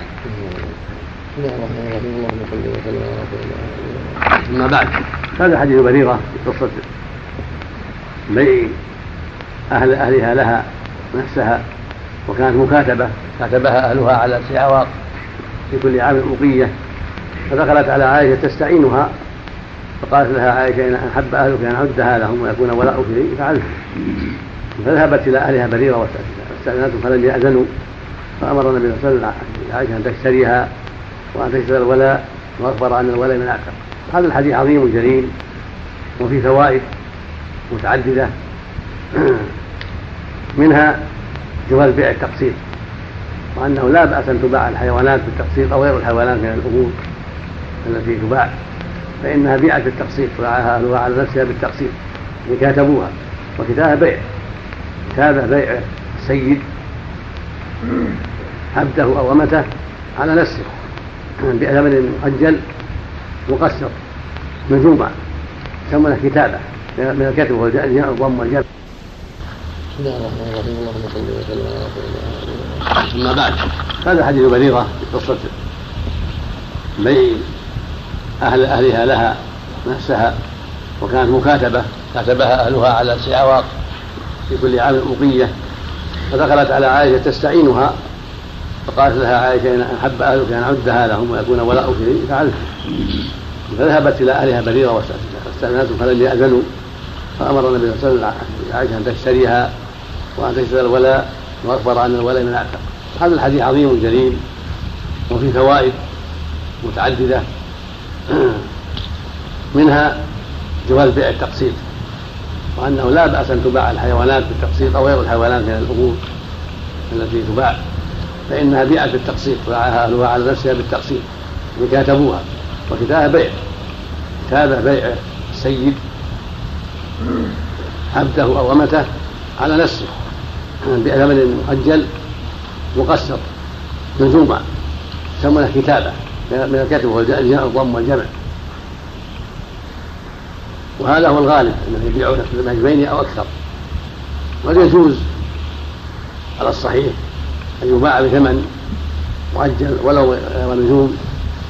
أما بعد هذا حديث بريرة في قصة بيع أهلها لها نفسها وكانت مكاتبة كاتبها أهلها على 9 أواق في كل عام أوقية فدخلت على عائشة تستعينها فقالت لها عائشة إن أحب أهلك أن أعدها لهم ويكون ولاؤك لي فعلت. فذهبت إلى أهلها بريرة واستأذنتهم فلم يأذنوا فأمر النبي صلى الله عليه وسلم عائشة أن تشتريها وأن تشتري الولاء وأخبر عن الولي من أعتق. هذا الحديث عظيم جليل وفي فوائد متعددة، منها جواز بيع التقسيط، وأنه لا بأس أن تباع الحيوانات بالتقسيط أو غير الحيوانات من الأمور التي تباع، فإنها بيعت بالتقسيط وباعها أهلها على نفسها بالتقسيط، كاتبوها. وكتابة بيع، كتابة بيع السيد عبده أو أمته على نفسه بثمن مؤجل مقسط مجموع، يسمونه كتابة من الكتب والضم والجمع. بسم الله الرحمن الرحيم. اللهم صل وسلم على رسول الله. أما بعد، هذا حديث بريرة في قصة بيع أهلها لها نفسها، وكانت مكاتبة كاتبها أهلها على السعواق في كل عام أوقية، فدخلت على عائشة تستعينها، فقالت لها عائشة إن أحب أهلك أن أعدها لهم ويكون ولاؤك لي فعلت. فذهبت إلى أهلها بريرة واستأذنتهم فلم يأذنوا، فأمر النبي صلى الله عليه وسلم عائشة أن تشتريها وأن تشتري الولاء، وأخبر عن الولي من أعتق. هذا الحديث عظيم جليل وفي فوائد متعددة، منها جواز بيع التقسيط، وأنه لا بأس أن تباع الحيوانات بالتقسيط أو غير الحيوانات من الأمور التي تباع، فإنها بيعت بالتقسيط وباعها أهلها على نفسها بالتقسيط، كاتبوها. وكتابة بيع، كتابة بيع السيد عبده أو أمته على نفسه بثمن مؤجل مقسط مجموع، يسمونه كتابة من الكتب والضم والجمع. وهذا هو الغالب أنهم يبيعون في المهجبين أو أكثر، ويجوز على الصحيح أن يباع بثمن مؤجل ولو نجوم،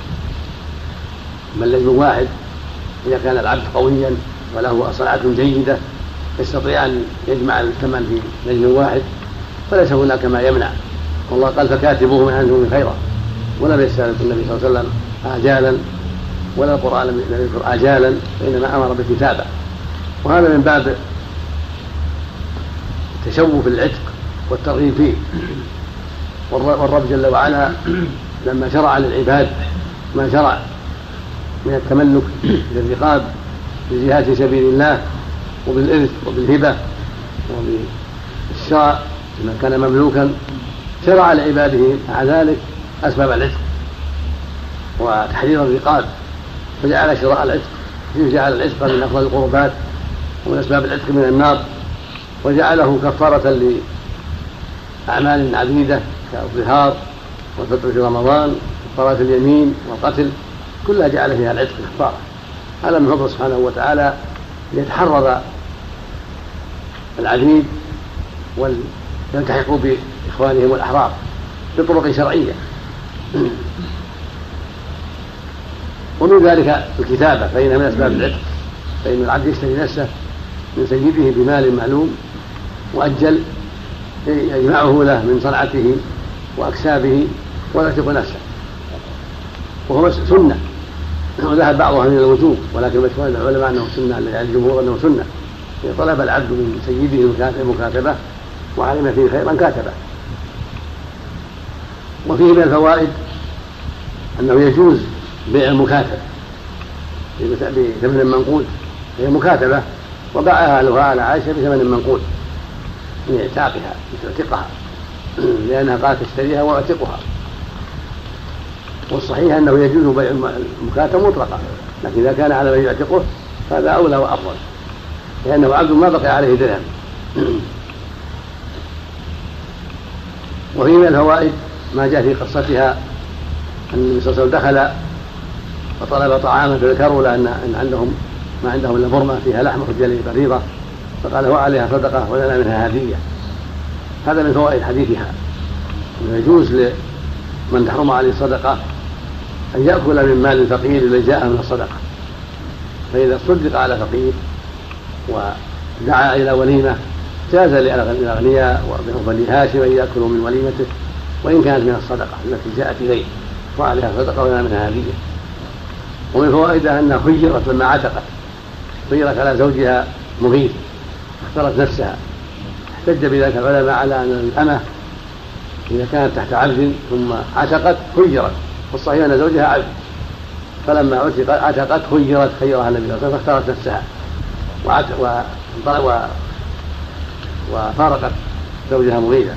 بل نجم واحد إذا كان العبد قويا وله صنعة جيدة يستطيع أن يجمع الثمن في نجم واحد، فليس هناك ما يمنع. والله قال فكاتبوه من عنده خيرا، ولم يستأذن النبي صلى الله عليه وسلم آجالا، ولا القرآن لم يذكر آجالا، وإنما أمر بالكتابة. وهذا من باب التشوف العتق والترغيب فيه. والرب جل وعلا لما شرع للعباد ما شرع من التملك بالرقاب بالجهاد في سبيل الله وبالإرث وبالهبة وبالشراء لمن كان مملوكا، شرع لعباده مع ذلك أسباب العتق وتحرير الرقاب، فجعل شراء العتق، جعل العتق من أفضل القربات ومن أسباب العتق من النار، وجعله كفارة لأعمال عديدة كالظهار والفطر في رمضان، كفارة اليمين والقتل، كلها جعل فيها العتق كفارة. هذا من فضل سبحانه وتعالى ليتحرر العبيد ويلتحقوا بإخوانهم الأحرار بطرق شرعية. ومن ذلك الكتابة، فإنها من أسباب العتق، فإن العبد يشتري نفسه من سيده بمال معلوم مؤجل يجمعه له من صنعته وأكسابه ويعتق نفسه، وهو سنة، وذهب بعضها من الوجوب، ولكن مشهور العلماء أنه سنة، الجمهور أنه سنة. طلب العبد من سيده المكاتبة وعلم فيه خيرا كاتبه. وفيه من الفوائد أنه يجوز بيع المكاتب بثمن منقول، هي مكاتبة وباعها أهلها على عائشة بثمن منقول من اعتاقها تعتقها، لأنها قالت تشتريها واعتقها. والصحيح أنه يجوز بيع المكاتب مطلقا، لكن إذا كان على من يعتقه فهذا أولى وأفضل، لأنه عبد ما بقي عليه درهم. وفي من الفوائد ما جاء في قصتها أن النبي صلى الله عليه وسلم دخل وطلب طعاما فذكروا له أن عندهم ما عندهم إلا برمة فيها لحم رجال بريضة، فقال هو عليها صدقة ولنا منها هدية. هذا من فوائد حديثها، أنه يجوز لمن تحرم عليه الصدقة أن يأكل من مال الفقير الذي جاء من الصدقة، فإذا صدق على فقير ودعا إلى وليمة جاز للأغنياء وبني هاشم أن يأكلوا من وليمته وإن كانت من الصدقة التي جاءت إليه، وعليها صدقة ولنا منها هدية. ومن فوائدها أنها خيرت لما عتقت، خيرت على زوجها مغيث، اختارت نفسها. احتج بذلك العلماء على أن الأمة إذا كانت تحت عبد ثم عتقت خيرت، والصحيح أن زوجها عبد، فلما عتقت خيرها النبي صلى الله عليه وسلم فاختارت نفسها وفارقت زوجها مغيثا.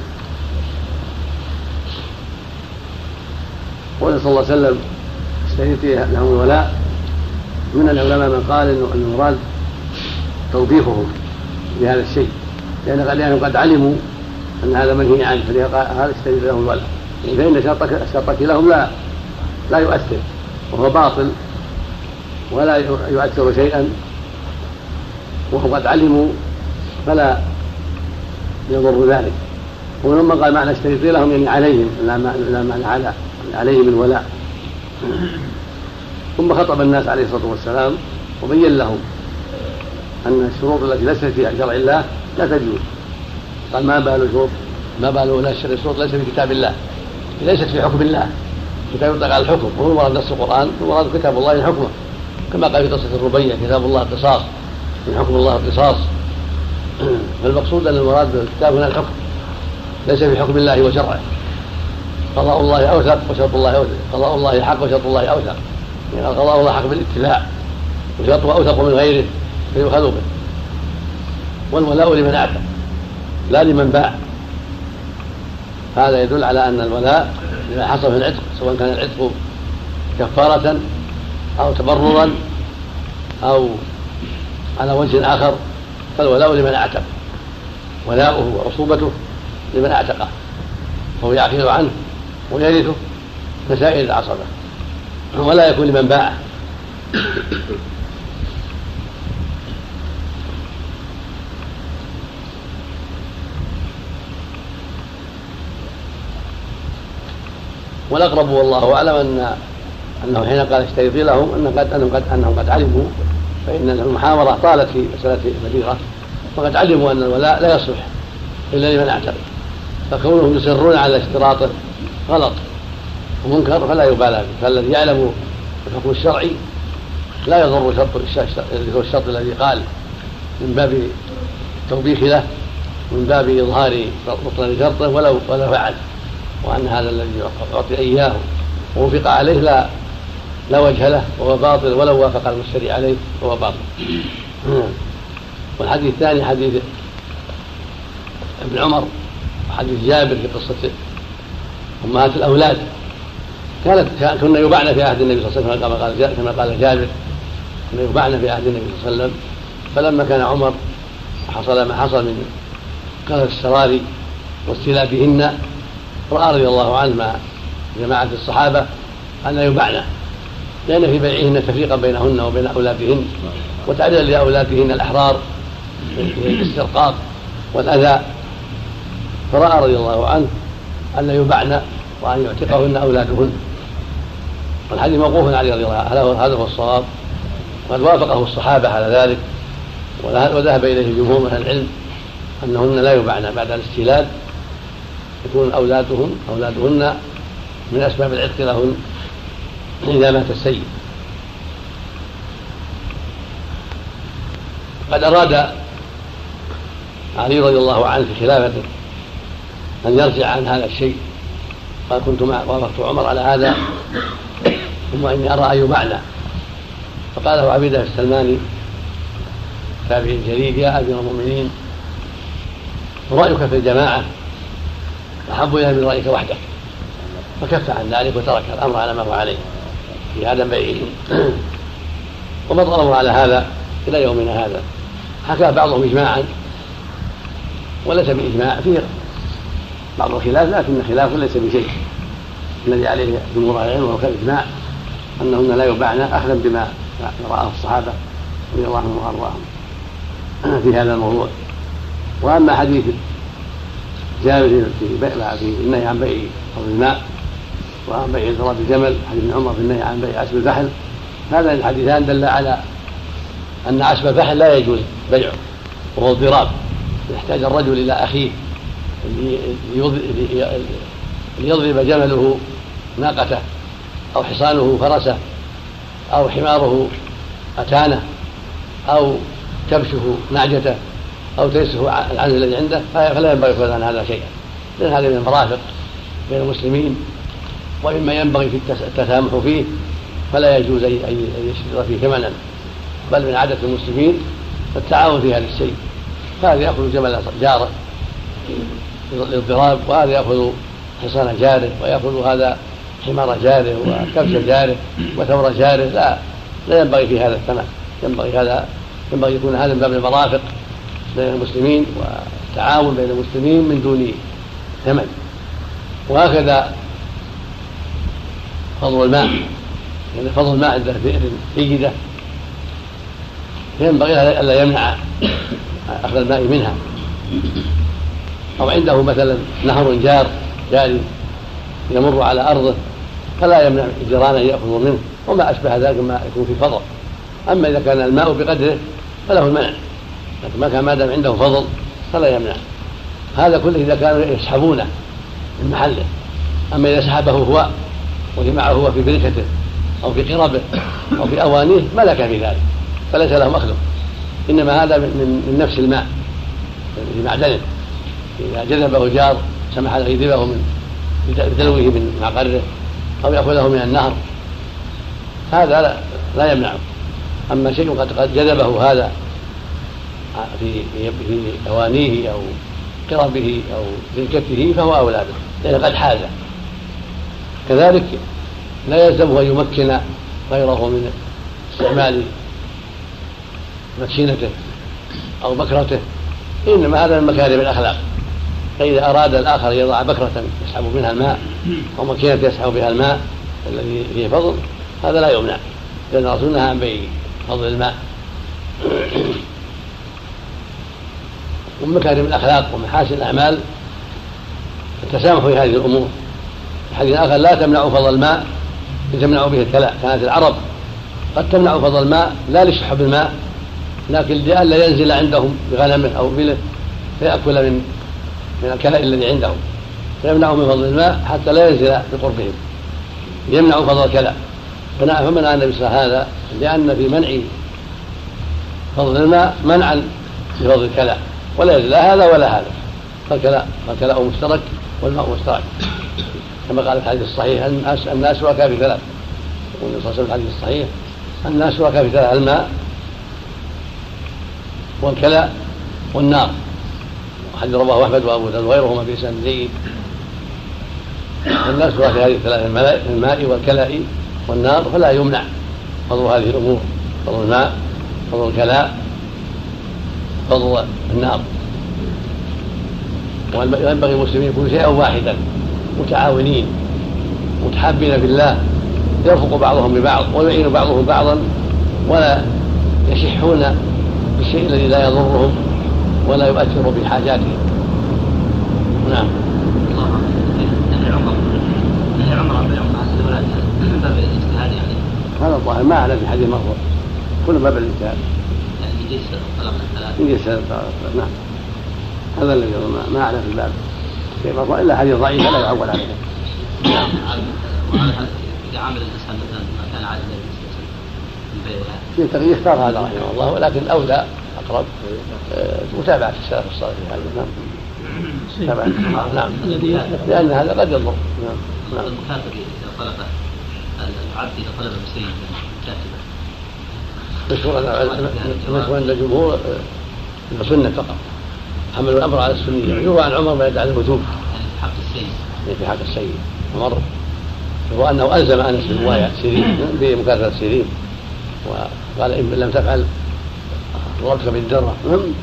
وقال صلى الله عليه وسلم استهيتي لهم الولاء. من العلماء من قال انه المراد توبيخهم بهذا الشيء لانهم قد علموا ان هذا منهي عنه، فهذا استهيتي لهم الولاء، فان شرطك لهم لا يؤثر وهو باطل ولا يؤثر شيئا، وهم قد علموا فلا يضر ذلك. ولما قال معنى استهيتي لهم يعني عليهم، لا معنى عليهم الولاء. ثم خطب الناس عليه الصلاة والسلام وبين لهم أن الشروط التي ليست في شرع الله لا تجوز. قال ما بال الشروط ليست في كتاب الله، ليست في حكم الله، كتاب يطلق على الحكم، وهو مراد نص القرآن ومراد كتاب الله حكمه، كما قال في قصة الربيع كتاب الله القصاص من حكم الله القصاص. فالمقصود أن المراد بالكتاب هنا الحكم، ليس في حكم الله وشرعه. قضاء الله أوثق وشرط الله أوثق، قضاء الله حق وشرط الله أوثق، يعني قضاء الله حق بالاتباع وشرطه أوثق من غيره فيؤخذ به. والولاء لمن أعتق لا لمن باع. هذا يدل على أن الولاء لما حصل في العتق، سواء كان العتق كفارة أو تبررا أو على وجه آخر، فالولاء لمن أعتق، ولاؤه وعصوبته لمن أعتقه، وهو يعقل عنه ويرثه كسائر العصبة، ولا يكون لمن باعه. والأقرب والله أعلم أنه حين قال اشترطي لهم أنهم قد علموا، فإن المحاورة طالت في مسألة البليغة، وقد علموا أن الولاء لا يصلح إلا لمن اعتق، فكونهم يصرون على اشتراطه غلط ومنكر فلا يبالى به. فالذي يعلم الحكم الشرعي لا يضر الشرط الذي قال من باب التوبيخ له، من باب إظهار بطلان شرطه ولو فعل، وأن هذا الذي أعطي إياه ووافق عليه لا وجه له وهو باطل، ولو وافق المشتري عليه وهو باطل. والحديث الثاني حديث ابن عمر وحديث جابر في قصة أمهات الأولاد، كنا يباعن في عهد النبي صلى الله عليه وسلم كما قال جابر، كنا يباعن في عهد النبي صلى الله عليه وسلم. فلما كان عمر حصل ما حصل من كثرة السراري واستلابهن، رأى رضي الله عنه مع جماعة الصحابة أن يباعن، لأن في بيعهن تفريقا بينهن وبين أولادهن وتعديلا لأولادهن الأحرار بالاسترقاق والأذى، فرأى رضي الله عنه أن يباعن وأن يعتقهن أولادهن. والحديث موقوف عليه رضي الله عنه، هذا هو الصواب، وقد وافقه الصحابة على ذلك، وذهب إليه جمهور أهل العلم أنهن لا يباعن بعد الاستيلاد، يكون أولادهن من أسباب العتق لهن إذا مات السيد. قد أراد علي رضي الله عنه في خلافته أن يرجع عن هذا الشيء، قال كنت وافقت عمر على هذا ثم إني أرى أن يباعن. فقال له عبيدة السلماني تابعي الجليل يا أمير المؤمنين رأيك في الجماعة أحب إلى من رأيك وحدك، فكف عن ذلك وترك الأمر على ما هو عليه في عدم بيعهم. ومضى الأمر على هذا إلى يومنا هذا. حكى بعضهم إجماعا وليس بإجماع، فيه بعض الخلاف لكن خلاف ليس بشيء. الذي عليه جمهور العلم وهو كالإجماع أنهن لا يباعن أخذا بما رآه الصحابة رضي الله عنهم وأرضاهم في هذا الموضوع. وأما حديث جابر في النهي عن بيع أرض الماء وعن بيع ضراب الجمل، حديث ابن عمر في النهي عن بيع عشب الفحل، هذا الحديثان دل على أن عشب الفحل لا يجوز بيعه وهو الضراب. يحتاج الرجل إلى أخيه ليضرب جمله ناقته أو حصانه فرسه أو حماره أتانه أو تبشه نعجته أو تيسه العنز الذي عنده، فلا ينبغي يفعل عن هذا شيئا، لأن هذا من المرافق بين المسلمين ومما ينبغي في التسامح فيه فلا يجوز أن يشترط فيه ثمنا، بل من عادة المسلمين التعاون في هذا الشيء. فهذا يأخذ جمل جاره للاضطراب، وهذا يأخذ حصان جاره، ويأخذ هذا حمار جاره وكبش جاره وثور جاره. لا ينبغي في هذا الثمن، ينبغي يكون هذا من باب المرافق بين المسلمين والتعاون بين المسلمين من دون ثمن. وهكذا فضل الماء، يعني فضل الماء عند بئر جيدة ينبغي ألا يمنع أخذ الماء منها، أو عنده مثلا نهر جاري يمر على أرضه فلا يمنع الجيران أن يأخذوا منه وما أشبه ذلك ما يكون في فضل. أما إذا كان الماء بقدره فله المنع، لكن ما دام عنده فضل فلا يمنع. هذا كله إذا كانوا يسحبونه من محله. أما إذا سحبه هو وجمعه هو في بركته أو في قربه أو في أوانيه ملك في ذلك فليس له مخلوق، إنما هذا من نفس الماء في معدنه. إذا جذبه جار سمح له يذبه بدلوه من معقره أو يأخذه من النهر هذا لا يمنعه. أما شيء قد جذبه هذا في أوانيه أو قربه أو بركته فهو أولى به لأنه قد حاز. كذلك لا يلزمه أن يمكن غيره من استعمال مكشنته أو بكرته، إنما هذا من مكارم الأخلاق. فإذا أراد الآخر يضع بكرة يسحب منها الماء أو مكينة يسحب بها الماء الذي فيه فضل هذا لا يمنع، لأن الرسول نهى عن بيع فضل الماء. ومن مكارم الأخلاق ومحاسن الأعمال التسامح في هذه الأمور. الحديث الآخر لا تمنعوا فضل الماء لتمنعوا به الكلاء. كانت العرب قد تمنع فضل الماء لا لشحب الماء لكن لئلا ينزل عندهم بغنمه أو بله فيأكل من الكلاء الذي عندهم، فيمنعوا من فضل الماء حتى لا ينزل بقربهم، يمنعوا فضل الكلاء. فمنع النبي صلى الله عليه وسلم هذا لأن في منع فضل الماء منعا لفضل الكلاء، ولا ينزل هذا ولا هذا. فالكلاء مشترك والماء مشترك، كما قال في الحديث الصحيح الناس شركاء في ثلاث. والنبي صلى الله عليه وسلم في الحديث الصحيح الناس شركاء في ثلاث: الماء والكلاء والنار. وحديث رواه أحمد وأبو داود وغيرهما بإسناد جيد. الناس شركاء في هذه الثلاث: الماء والكلاء والنار، فلا يمنع فضل هذه الأمور: فضل الماء، فضل الكلاء، فضل النار. وينبغي المسلمين يكونوا شيئا واحدا متعاونين متحابين في الله، يرفق بعضهم ببعض ويعين بعضهم بعضا، ولا يشحون بالشيء الذي لا يضرهم ولا يؤثر بحاجاتهم. نعم. هذا الظاهر ما أعلم في حديث مرفوع، كل باب الاجتهاد يجسر. نعم، هذا الذي ما أعلم في الباب شيء مرفوع إلا حديث ضعيف لا يعول عليه. إذا عمل الإنسان مثلا ما كان عادل في تغيير اختار هذا رحمه الله، ولكن الأولى أقرب متابعة السلف الصالح في هذا. نعم، متابعة. نعم، لأن هذا قد يضر. نعم. المكاتب إذا طلب العبد إذا طلب بسيد كاتبة مشهور عند الجمهور السنة فقط، حملوا الأمر على السنية. يروى عن عمر ما يدعي الوجوب في حق السيد، في حق السيد عمر، هو أنه ألزم أنس برواية سيرين بمكاتبة سيرين، وقال إن لم تفعل ضربتك بالدرة.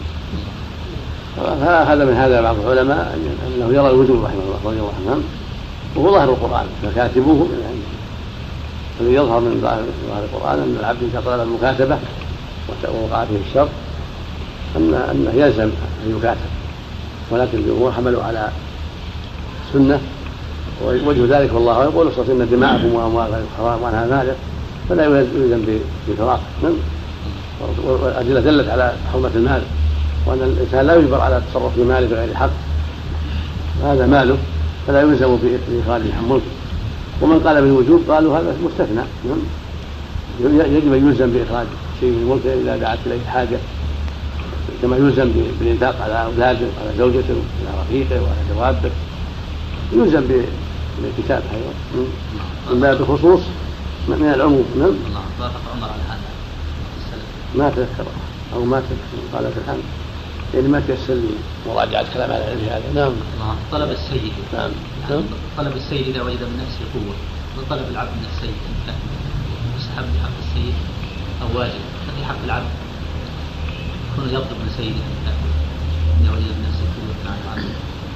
هذا من هذا بعض العلماء أنه يرى الوجوب رحمه الله رضي الله عنه، وهو ظاهر القرآن فكاتبوه. الذي يظهر من ظاهر القرآن أن العبد إذا طلب المكاتبة ووقع فيه الشر أنه يلزم أن يكاتب، ولكن الجمهور حملوا على السنة. ووجه ذلك والله يقول: اصطفوا إن دماءكم وأموالكم حرام وعنها مالك، فلا يلزم بفراق. والأدلة دلت على حرمة المال، وأن الإنسان لا يجبر على التصرف في ماله بغير حق، هذا ماله فلا يلزم بإخراجه عن ملكه. ومن قال بالوجوب قالوا هذا مستثنى، يجب أن يلزم بإخراج شيء من ملكه إذا دعت إليه حاجة، كما يلزم بالإنفاق على أولاده وعلى زوجته وعلى رفيقه وعلى دوابه، يلزم بالكتاب. من باب الخصوص من العموم. نعم. الله وافق عمر على هذا السلف. ما تذكره أو ما قال في الحمد يعني ما تيسر لي مراجعة كلام على العلم هذا. نعم. طلب السيد. نعم. يعني طلب السيد إذا وجد من نفسه قوة، وطلب العبد من السيد مستحب في حق السيد أو واجب. ففي حق العبد يكون يطلب من سيده إذا وجد من نفسه قوة عن العبد.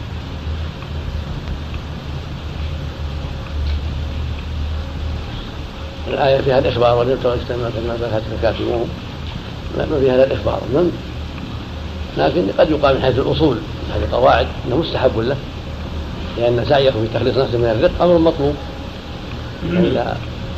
الآية فيها الإخبار وليبتغوا اجتماعات ما فاتت الكافرون، ما فيها هذا الإخبار. نعم. لكن قد يقال من حيث الأصول من حيث القواعد أنه مستحب له، لأن سعيه في تخليص نفسه من الرق أمر مطلوب. إذا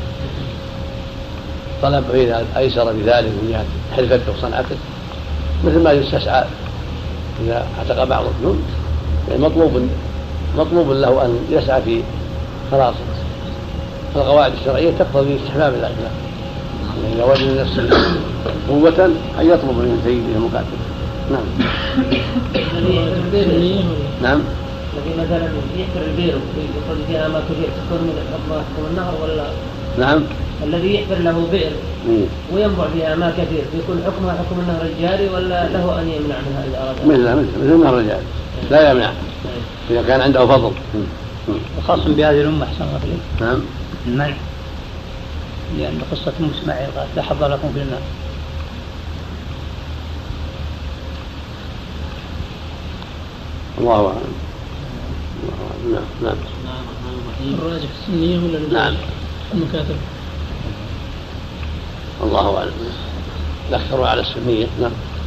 طلب فإذا أيسر بذلك من جهة حرفته وصنعته مثل ما يستسعى إذا اعتق بعض الجنود، يعني مطلوب له أن يسعى في خلاصه. فالقواعد الشرعية تقتضي استحباب الأجنة، يعني إذا وجد نفسه قوة أن يطلب من سيده المكاتب. نعم. نعم. الذي مثلا يحفر البير ويخرج فيها ماء كثير تكون من حكم النهر ولا؟ نعم. الذي يحفر له بئر وينبع فيها ماء كثير يكون حكمها حكم النهر الجاري ولا له أن يمنع منها إذا أراد؟ مثل النهر الجاري لا يمنع إذا كان عنده فضل. وخاص بهذه الأمة أحسن الله إليك. نعم. المنع لأن قصة مسمعين قالت لا حظ لكم في الماء. الله أعلم. نعم. الراجح السنية ولا نعم المكاتب؟ الله أعلم. الأكثر على السنية. نعم.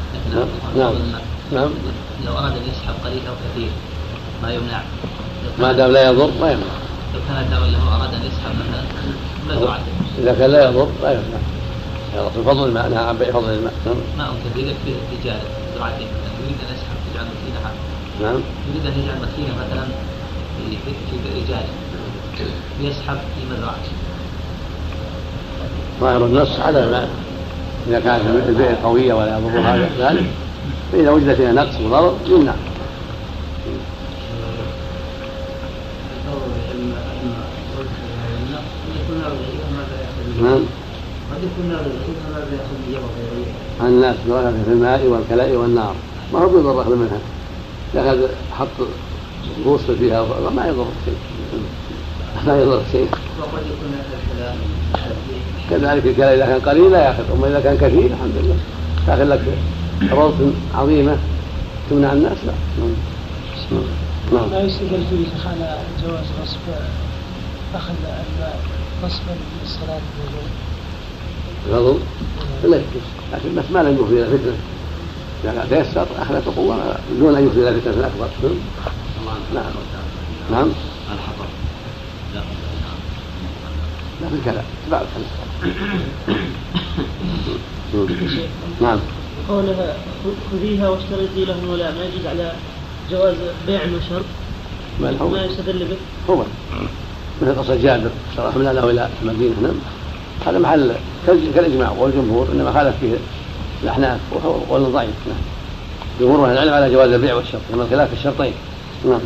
نعم. لو أراد أن يسحب قليل أو كثير ما يمنع، ما دام لا يضر ما يمنع. لو كان له أراد أن يسحب مثلا مزرعة إذا كان لا يضر لا يمنع. يضر فضل الماء. نهى عن بيع فضل الماء. ماء كثير في رجال زراعته يريد أن يسحب يجعل مكينة. نعم. يريد أن يجعل مكينة مثلا في رجاله يسحب في مزرعته. ظاهر النص على الماء إذا كانت البيع قوية ولا يضر هذا ذلك، فإذا وجد فيها نقص وضرر يمنع. نعم. قد يكون ماذا يأخذ بجبر الناس بركة في الماء والكلاء والنار ما هو بيضر أخذ منها، لكن حط غوص فيها ما يضر شيء. وقد يكون هذا الكلام كذلك الكلاء إذا كان قليل لا يأخذ، أما إذا كان كثير الحمد لله تأخذ لك روض عظيمة تمنع الناس. لا. نعم. لا يستدل فيه على جواز غصب أخذ الماء غصبا للصلاة غضب لا يجوز، لكن بس ما لم يفضي إلى فتنة. إذا تيسر أخذت قوة دون أن يفضي إلى فتنة أكبر. نعم. نعم. الحطب لا في الكلام بعد الكلام. نعم. قولها خذيها واشترطي له ولا ما يجوز على جواز بيع وشرط ما يستدل به هو مثل قصة جابر اشترى حملا له إلى المدينة. نعم. هذا محل كالإجماع والجمهور إنما خالف فيه الأحناف وهو ضعيف. نعم. جمهور العلم على جواز البيع والشرط كما الخلاف في الشرطين. نعم.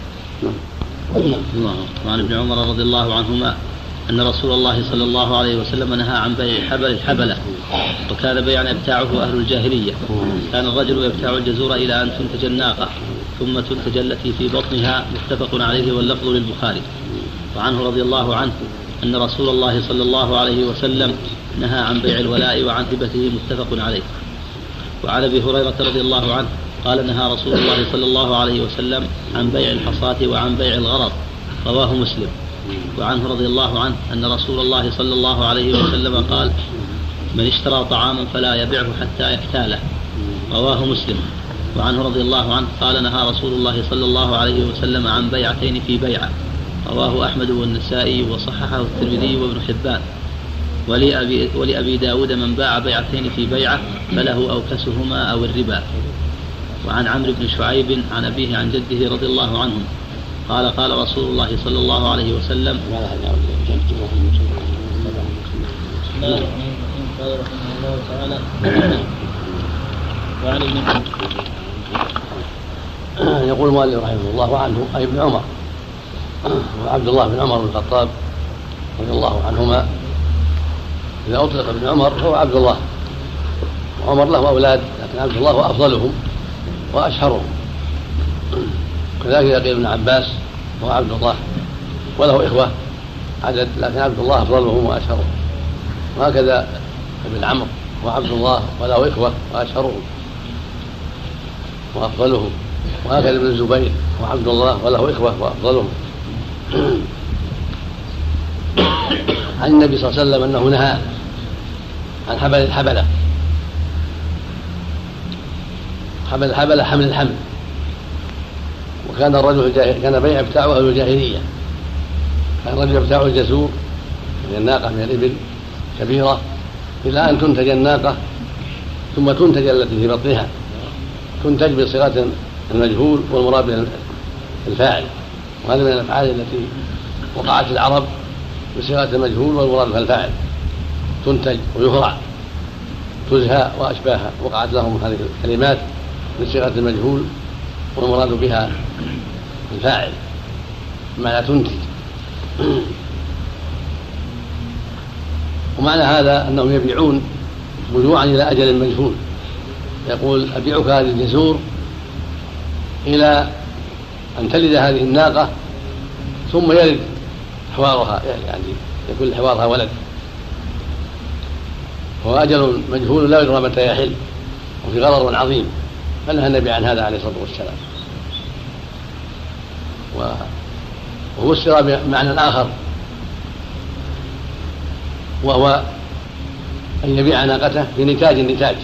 وعن ابن عمر رضي الله عنهما أن رسول الله صلى الله عليه وسلم نهى عن بيع الحبلة، وكان بيعا يبتاعه أهل الجاهلية. كان الرجل يبتاع الجزور إلى أن تنتج الناقة ثم تنتج التي في بطنها، متفق عليه واللفظ للبخاري. وعنه رضي الله عنه أن رسول الله صلى الله عليه وسلم نهى عن بيع الولاء وعن هبته، متفق عليه. وعن أبي هريرة رضي الله عنه قال نهى رسول الله صلى الله عليه وسلم عن بيع الحصاة وعن بيع الغرض، رواه مسلم. وعنه رضي الله عنه أن رسول الله صلى الله عليه وسلم قال من اشترى طعاما فلا يبيعه حتى يحتاله، رواه مسلم. وعنه رضي الله عنه قال نهى رسول الله صلى الله عليه وسلم عن بيعتين في بيعة، رواه أحمد والنسائي وصححه الترمذي وابن حبان. ولأبي داود من باع بيعتين في بيعة فله أو كسهما أو الربا. وعن عمرو بن شعيب عن أبيه عن جده رضي الله عنهم قال قال رسول الله صلى الله عليه وسلم يقول المؤلف رحمه الله عنه أي ابن عمر وعبد الله بن عمر بن الخطاب رضي الله عنهما إذا أطلق ابن عمر فهو عبد الله، وعمر له أولاد لكن عبد الله هو أفضلهم وأشهرهم. كذلك إذا قيل ابن عباس فهو عبد الله وله إخوة عدد لكن عبد الله أفضلهم وأشهرهم. وهكذا ابن عمرو هو عبد الله وله إخوة وأشهرهم وأفضلهم. وهكذا ابن الزبير هو عبد الله وله إخوة وأفضلهم. عن النبي صلى الله عليه وسلم أنه نهى عن حبل الحبلة. حبل الحبلة حمل الحمل، وكان الرجل كان بيع بتاعه أهل الجاهلية. كان الرجل بتاعه الجزور من الناقة من الإبل كبيرة إلى أن تنتج الناقة ثم تنتج التي في بطنها، تنتج بصيغة المجهول والمراد بالفاعل. وهذا من الأفعال التي وقعت العرب بصيغة المجهول والمراد بالفاعل، تنتج ويهرع تزهى وأشباهها. وقعت لهم هذه الكلمات بصيغة المجهول والمراد بها الفاعل ما لا تنتج. ومعنى هذا أنهم يبيعون بيوعا إلى أجل مجهول. يقول أبيعك هذه الجزور إلى أن تلد هذه الناقة ثم يلد حوارها، يعني يكون حوارها ولد، وهو أجل مجهول لا يدرى متى يحل وفي غرر عظيم. فنهى النبي عن هذا عليه الصلاة والسلام. وفسر بمعنى آخر وهو أن يبيع ناقته بنتاج النتاج.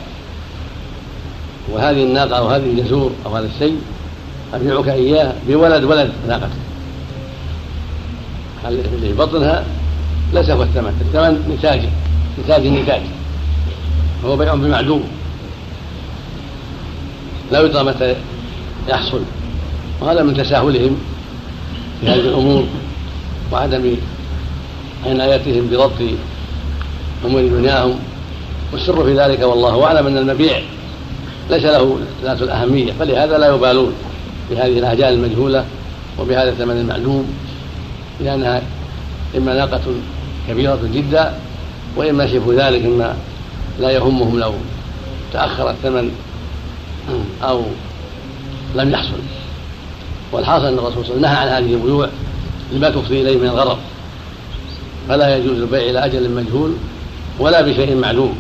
وهذه الناقة أو هذه الجزور أو هذا الشيء أبيعك إياه بولد ولد ناقته. اللي في بطنها ليس هو الثمن، الثمن نتاج النتاج، هو بيع بمعدوم لا يدرى متى يحصل. وهذا من تساهلهم في هذه الأمور وعدم عنايتهم بضبط أمور دنياهم. والسر في ذلك والله أعلم أن المبيع ليس له ذات الأهمية، فلهذا لا يبالون بهذه الآجال المجهولة وبهذا الثمن المعلوم، لأنها إما ناقة كبيرة جدا وإما شبه ذلك، إما لا يهمهم لو تأخر الثمن أو لم يحصل. والحاصل أن الرسول صلى الله عليه وسلم نهى عن هذه البيوع لما تفضي إليه من الغرر، فلا يجوز البيع إلى أجل مجهول ولا بشيء معلوم.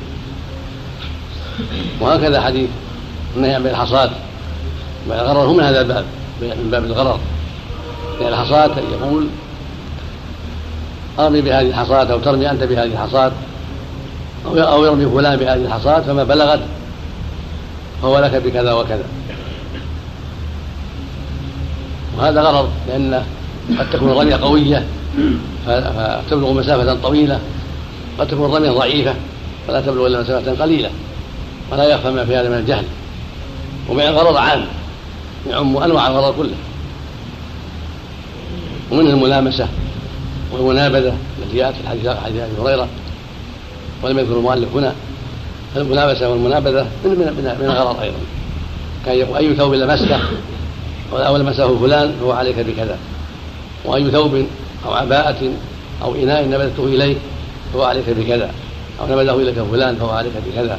وهكذا حديث النهي عن بيع الحصاد الغرر هو من هذا الباب، من باب الغرر. بيع الحصاد يقول أرمي بهذه الحصاد أو ترمي أنت بهذه الحصاد أو يرمي فلان بهذه الحصاد، فما بلغت فهو لك بكذا وكذا. وهذا غرر، لأن قد تكون الرمية قوية فتبلغ مسافة طويلة، قد تكون الرمية ضعيفة فلا تبلغ إلا مسافة قليلة، ولا يخفى ما في هذا من الجهل. وبيع الغرر عام يعم أنواع الغرر كله، ومنه الملامسة والمنابذة التي جاءت في حديث أبي هريرة ولم يذكر المؤلف هنا. الملامسة والمنابذة من الغرر أيضا. كان يقول أي ثوب لمسته أو لمسه فلان فهو عليك بكذا، وأي ثوب أو عباءة أو إناء نبذته إليك فهو عليك بكذا، أو نبذه إليك فلان فهو عليك بكذا.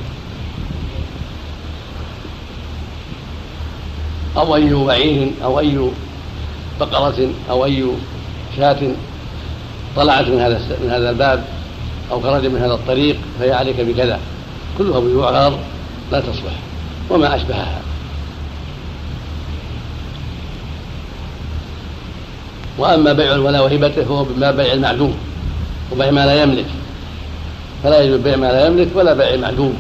أو أي بعير أو أي بقرة أو أي شاة طلعت من هذا الباب أو خرج من هذا الطريق فهي عليك بكذا، كلها بيوع غرر لا تصلح وما أشبهها. وأما بيع الولاء وهبته فهو بما بيع المعدوم وبيع ما لا يملك، فلا يجوز بيع ما لا يملك ولا بيع المعدوم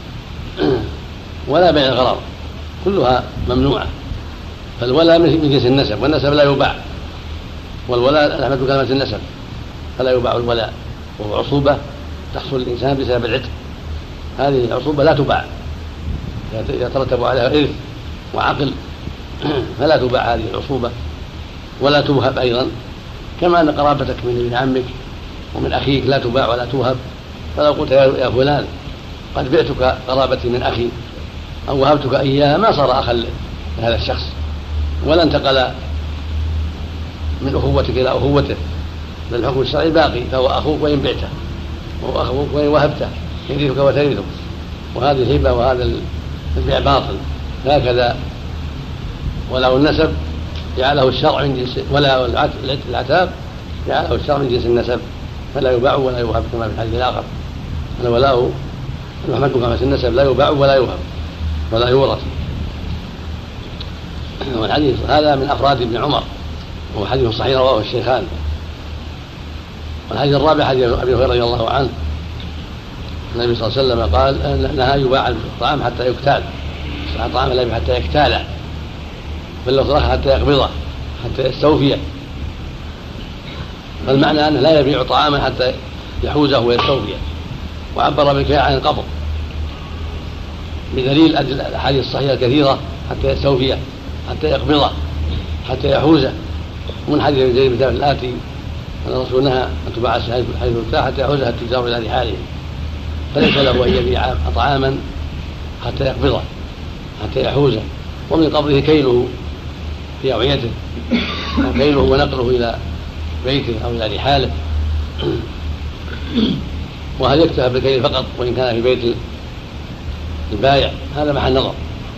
ولا بيع الغرر، كلها ممنوعة. فالولاء من جنس النسب، والنسب لا يباع، والولاء نحمد كلمة النسب فلا يباع الولاء، وهو عصوبة تحصل الإنسان بسبب العتق. هذه العصوبة لا تباع، يترتب عليها إرث وعقل، فلا تباع هذه العصوبة ولا توهب أيضا، كما أن قرابتك من ابن عمك ومن أخيك لا تباع ولا توهب. فلو قلت يا فلان قد بعتك قرابتي من أخي أو وهبتك إياها ما صار أخا لهذا الشخص ولا انتقل من أخوتك إلى أخوته، بل الحكم الشرعي باقي، فهو أخوك وإن بعته. وإن وهبته يرثك وترثه، وهذه الهبة وهذا البيع باطل. هكذا ولو النسب جعله الشرع من جنس، ولا العتاق جعله الشرع من جنس النسب، فلا يباع ولا يوهب كما في الحديث الآخر. الولاء المحمد كما في النسب لا يباع ولا يوهب ولا يورث. والحديث هذا من أفراد ابن عمر، وهو حديث صحيح رواه الشيخان. والحديث الرابع حديث أبي هريرة رضي الله عنه، النبي صلى الله عليه وسلم قال نهى يباع الطعام حتى يكتال، الطعام لا يباع حتى يكتاله، بل لو صرخ حتى يقبضه حتى يستوفيه. فالمعنى أنه لا يبيع طعاما حتى يحوزه ويستوفيه، وعبر بالكياء عن القبض بدليل الأحاديث الصحيحة الكثيرة حتى يستوفيه حتى يقبضه حتى يحوزه. ومن حديث ابن زيد بن ثابت الآتي أن الرسول نهى أن تباع حيث يبتاع حتى يحوزها التجار إلى رحالهم، فليس له أن يبيع طعاما حتى يقبضه حتى يحوزه. ومن قبضه كيله في أوعيته أو كيله ونقله إلى بيته أو إلى رحاله. وهل يكتفى بالكيل فقط وإن كان في بيت البائع؟ هذا محل نظر،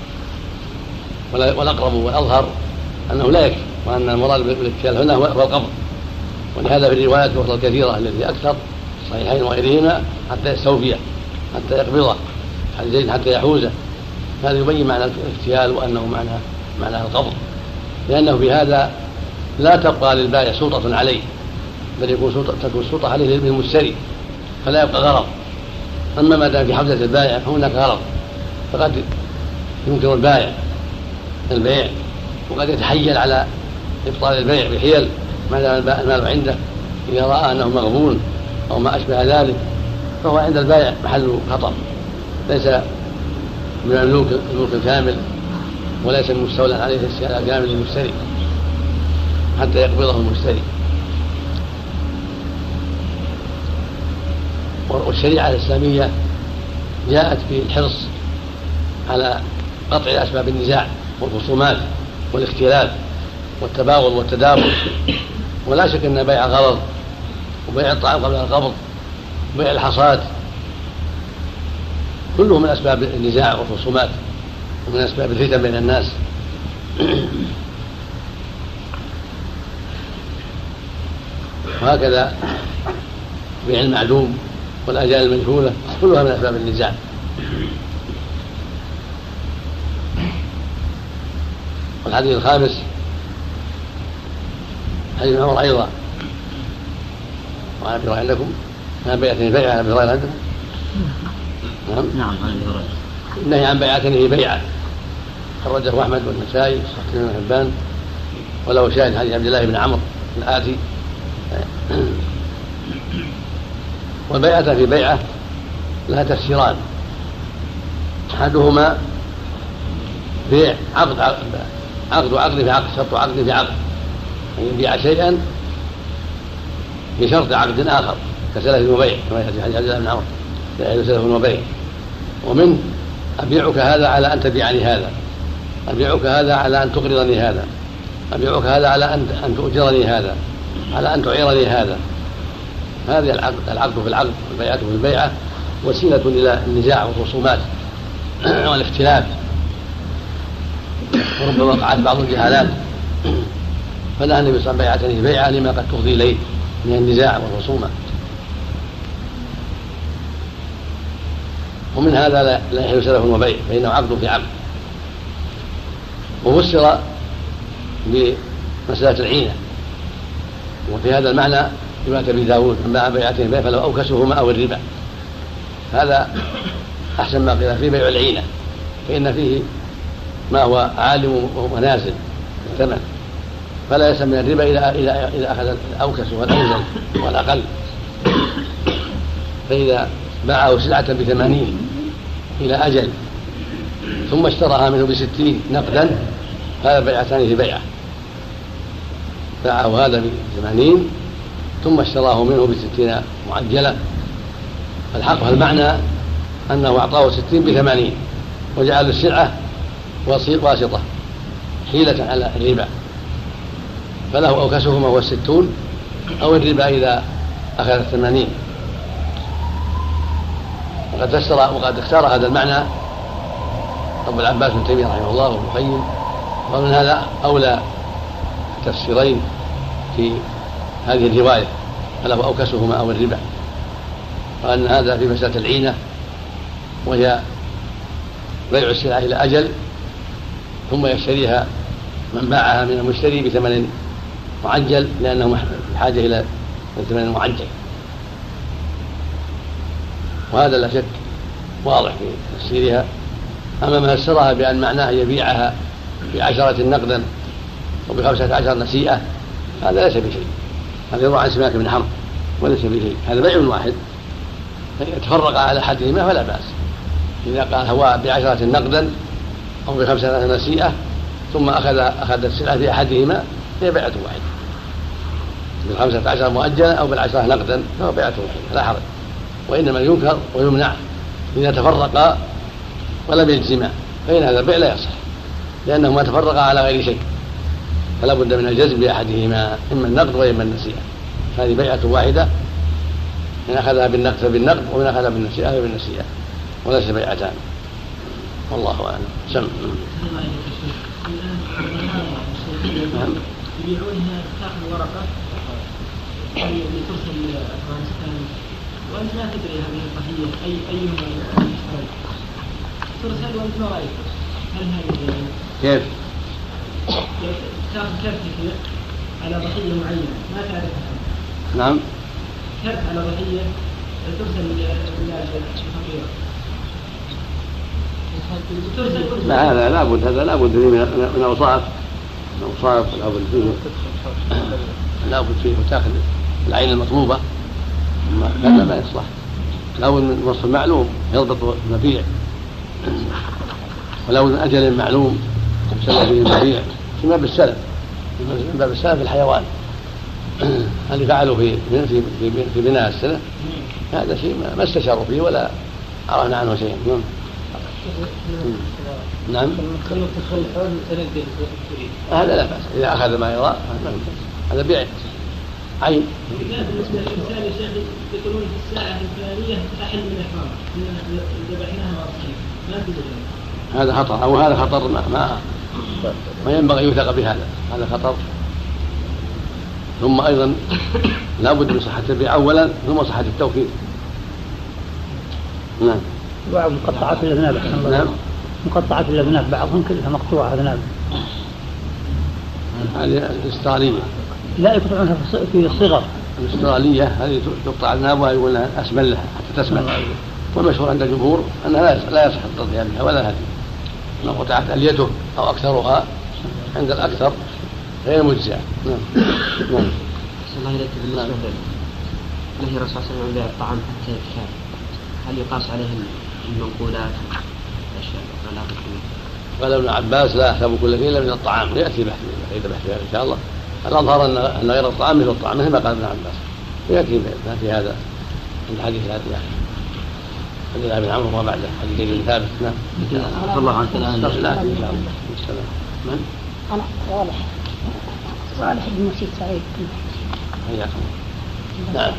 والأقرب والأظهر أنه لا يكفي، وأن المراد بالاكتفاء هنا هو القبض. ولهذا في الروايات الأخرى الكثيرة التي أكثر الصحيحين وغيرهما حتى يستوفيه حتى يقبضه حتى يحوزه. هذا يبين معنى الاكتيال وأنه معنى القبض، لأنه في هذا لا تبقى للبائع سلطة عليه، بل تكون سلطة عليه للمشتري، فلا يبقى غرض. أما ما دام في حوزة البائع فهناك غرض، فقد ينكر البائع البيع، وقد يتحيل على إبطال البيع بحيل ما دام المال عنده، إذا رأى أنه مغبون أو ما أشبه ذلك، فهو عند البائع محل خطر، ليس من الملك الكامل، وليس مستولى عليه استيلاء كامل للمشتري حتى يقبضه المشتري. والشريعة الإسلامية جاءت في الحرص على قطع أسباب النزاع والخصومات والاختلاف والتباغض والتدابر. ولا شك أن بيع غرض وبيع الطعام قبل القبض وبيع الحصاد كله من أسباب النزاع والخصومات ومن أسباب الفتن بين الناس. وهكذا بيع المعدوم والأجال المجهولة كلها من أسباب النزاع. والحديث الخامس حديث عمر أيضا، وعن أبي هريرة عندكم ما بيعتني بيعة. أبي هريرة عندكم؟ نعم عن أبي هريرة النهي عن بيعتني بيعة خرجه أحمد والنسائي وصحيح ابن حبان، وله شاهد حديث عبد الله بن عمرو الآتي. والبيعة في بيعة لها تفسيران، أحدهما بيع عقد في عقد، شرط عقد في عقد، أن يبيع شيئا بشرط عقد آخر كسلف وبيع كما يأتي حديث عبد الله بن عمرو سلف وبيع. ومن أبيعك هذا على أن تبيعني هذا، أبيعك هذا على أن تقرضني هذا، أبيعك هذا على أن تؤجرني هذا، على أن تعيرني هذا. هذه العقد في العقد والبيعة في البيعة وسيلة إلى النزاع والخصومات والاختلاف، وربما وقعت بعض الجهالات، فنهى النبي صلى الله عليه وسلم بيعتني بيعة لما قد تفضي إليه من النزاع والخصومة. ومن هذا لا يحل سلف وبيع، فإنه عقد في عقد. وفسر بمسألة العينة، وفي هذا المعنى رواية أبي داود من باع بيعتين بيع فلو أوكسهما أو الربا. هذا أحسن ما قيل فيه بيع العينة، فإن فيه ما هو عالم ونازل الثمن، فلا يسمى من الربا إذا أخذ الأوكس والأنزل والأقل. فإذا باعه سلعة ب80 إلى أجل ثم اشتراها منه ب60 نقدا، هذا بيعتان في بيعة، باعه هذا ب80 ثم اشتراه منه ب60 معجلة. فالحق المعنى أنه أعطاه 60 ب80 وجعل السلعة واسطة حيلة على الربا، فله أوكسهما هو 60 أو الربا إذا أخذ 80. وقد اختار هذا المعنى أبو العباس بن تيمية رحمه الله وابن القيم، ومن هذا أولى تفسيرين في هذه الرواية، ألا أوكسهما أو الربا، وأن هذا في مسألة العينة، وهي بيع السلعة إلى أجل ثم يشتريها من باعها من المشتري بثمن معجل لأنه بحاجة إلى ثمن معجل، وهذا لا شك واضح في تفسيرها. أما ما فسرها بأن معناه يبيعها ب10 نقدا وب15 نسيئة هذا ليس بشيء، هذا يروى عن سماك بن حرب وليس بشيء، هذا بيع واحد يتفرق على أحدهما فلا بأس. إذا قال هو ب10 نقدا أو ب15 نسيئة ثم أخذ السلعة في أحدهما هي بيعة واحدة، ب15 مؤجلة أو ب10 نقدا فهو بيعة واحدة لا حرج. وإنما ينكر ويمنع إذا تفرقا ولم يجزما، فإن هذا البيع لا يصح لأنهما تفرقا على غير شيء، فلا بد من الجزم بأحدهما إما النقد وإما النسيئة. هذه بيعة واحدة، إن أخذها بالنقد فبالنقد وإن أخذها بالنسيئة فبالنسيئة، وليس بيعتان. والله أعلم. سم. يبيعونها تاخذ ورقة لترسل إلى أفغانستان وأنت لا تدري هذه القضية أيهما ترسل وأنت ما رأيك، هل هذه كيف؟ تاخذ كرت على ضحية معينة ما تعرفها. نعم. كرت على ضحية ترسل إلى الفقير. لا هذا لابد، هذا لابد من أوصاف لابد فيه وتاخذ العين المطلوبة، هذا ما يصلح. لابد من وصف معلوم يضبط المبيع، ولابد من أجل معلوم يسلف فيه المبيع من باب السلف في الحيوان. اللي فعلوا في بناء السنة هذا شيء ما استشاروا فيه ولا عرفنا عنه شيء. نعم. هذا لا بأس إذا أخذ ما يرى، هذا بيع عين. بالنسبة للإنسان يا شيخ يقولون في الساعة الفلانية أحل من إحرام ذبحناها وأصحيح ما في دليل. هذا خطر، أو هذا خطر ما ينبغي يوثق بهذا، هذا خطر. ثم أيضا لا بد من صحة البيع أولا ثم صحة التوكيد. نعم. مقطعات الأذناب. نعم. مقطعات الأذناب بعضهم كلها مقطوعة أذناب. هذه الأسترالية. لا يقطعونها في الصغر. الأسترالية هذه تقطع أذنابها يقول لها أسمن لها حتى تسمن. والمشهور عند الجمهور أنها لا يصح التضحية بها ولا هذه. لو قطعت أليته أو أكثرها عند الأكثر غير مجزئة. نعم. نعم. الله إليك بالنسبة نهي الرسول صلى الله عليه وسلم بيع الطعام حتى يكتال، هل يقاس عليه المنقولات الأشياء لا بد؟ قال ابن عباس لا يحسب كل شيء إلا من الطعام، يأتي بحثها إن شاء الله. الأظهر أن غير الطعام مثل الطعام مثل ما قال ابن عباس، يأتي في هذا الحديث هذا عبد الله بن عمرو وما بعده حديث زيد بن ثابت. نعم. الله عنك الآن. لا إن شاء الله. السلام. من؟ أنا صالح بن مسيد سعيد. حياكم. نعم.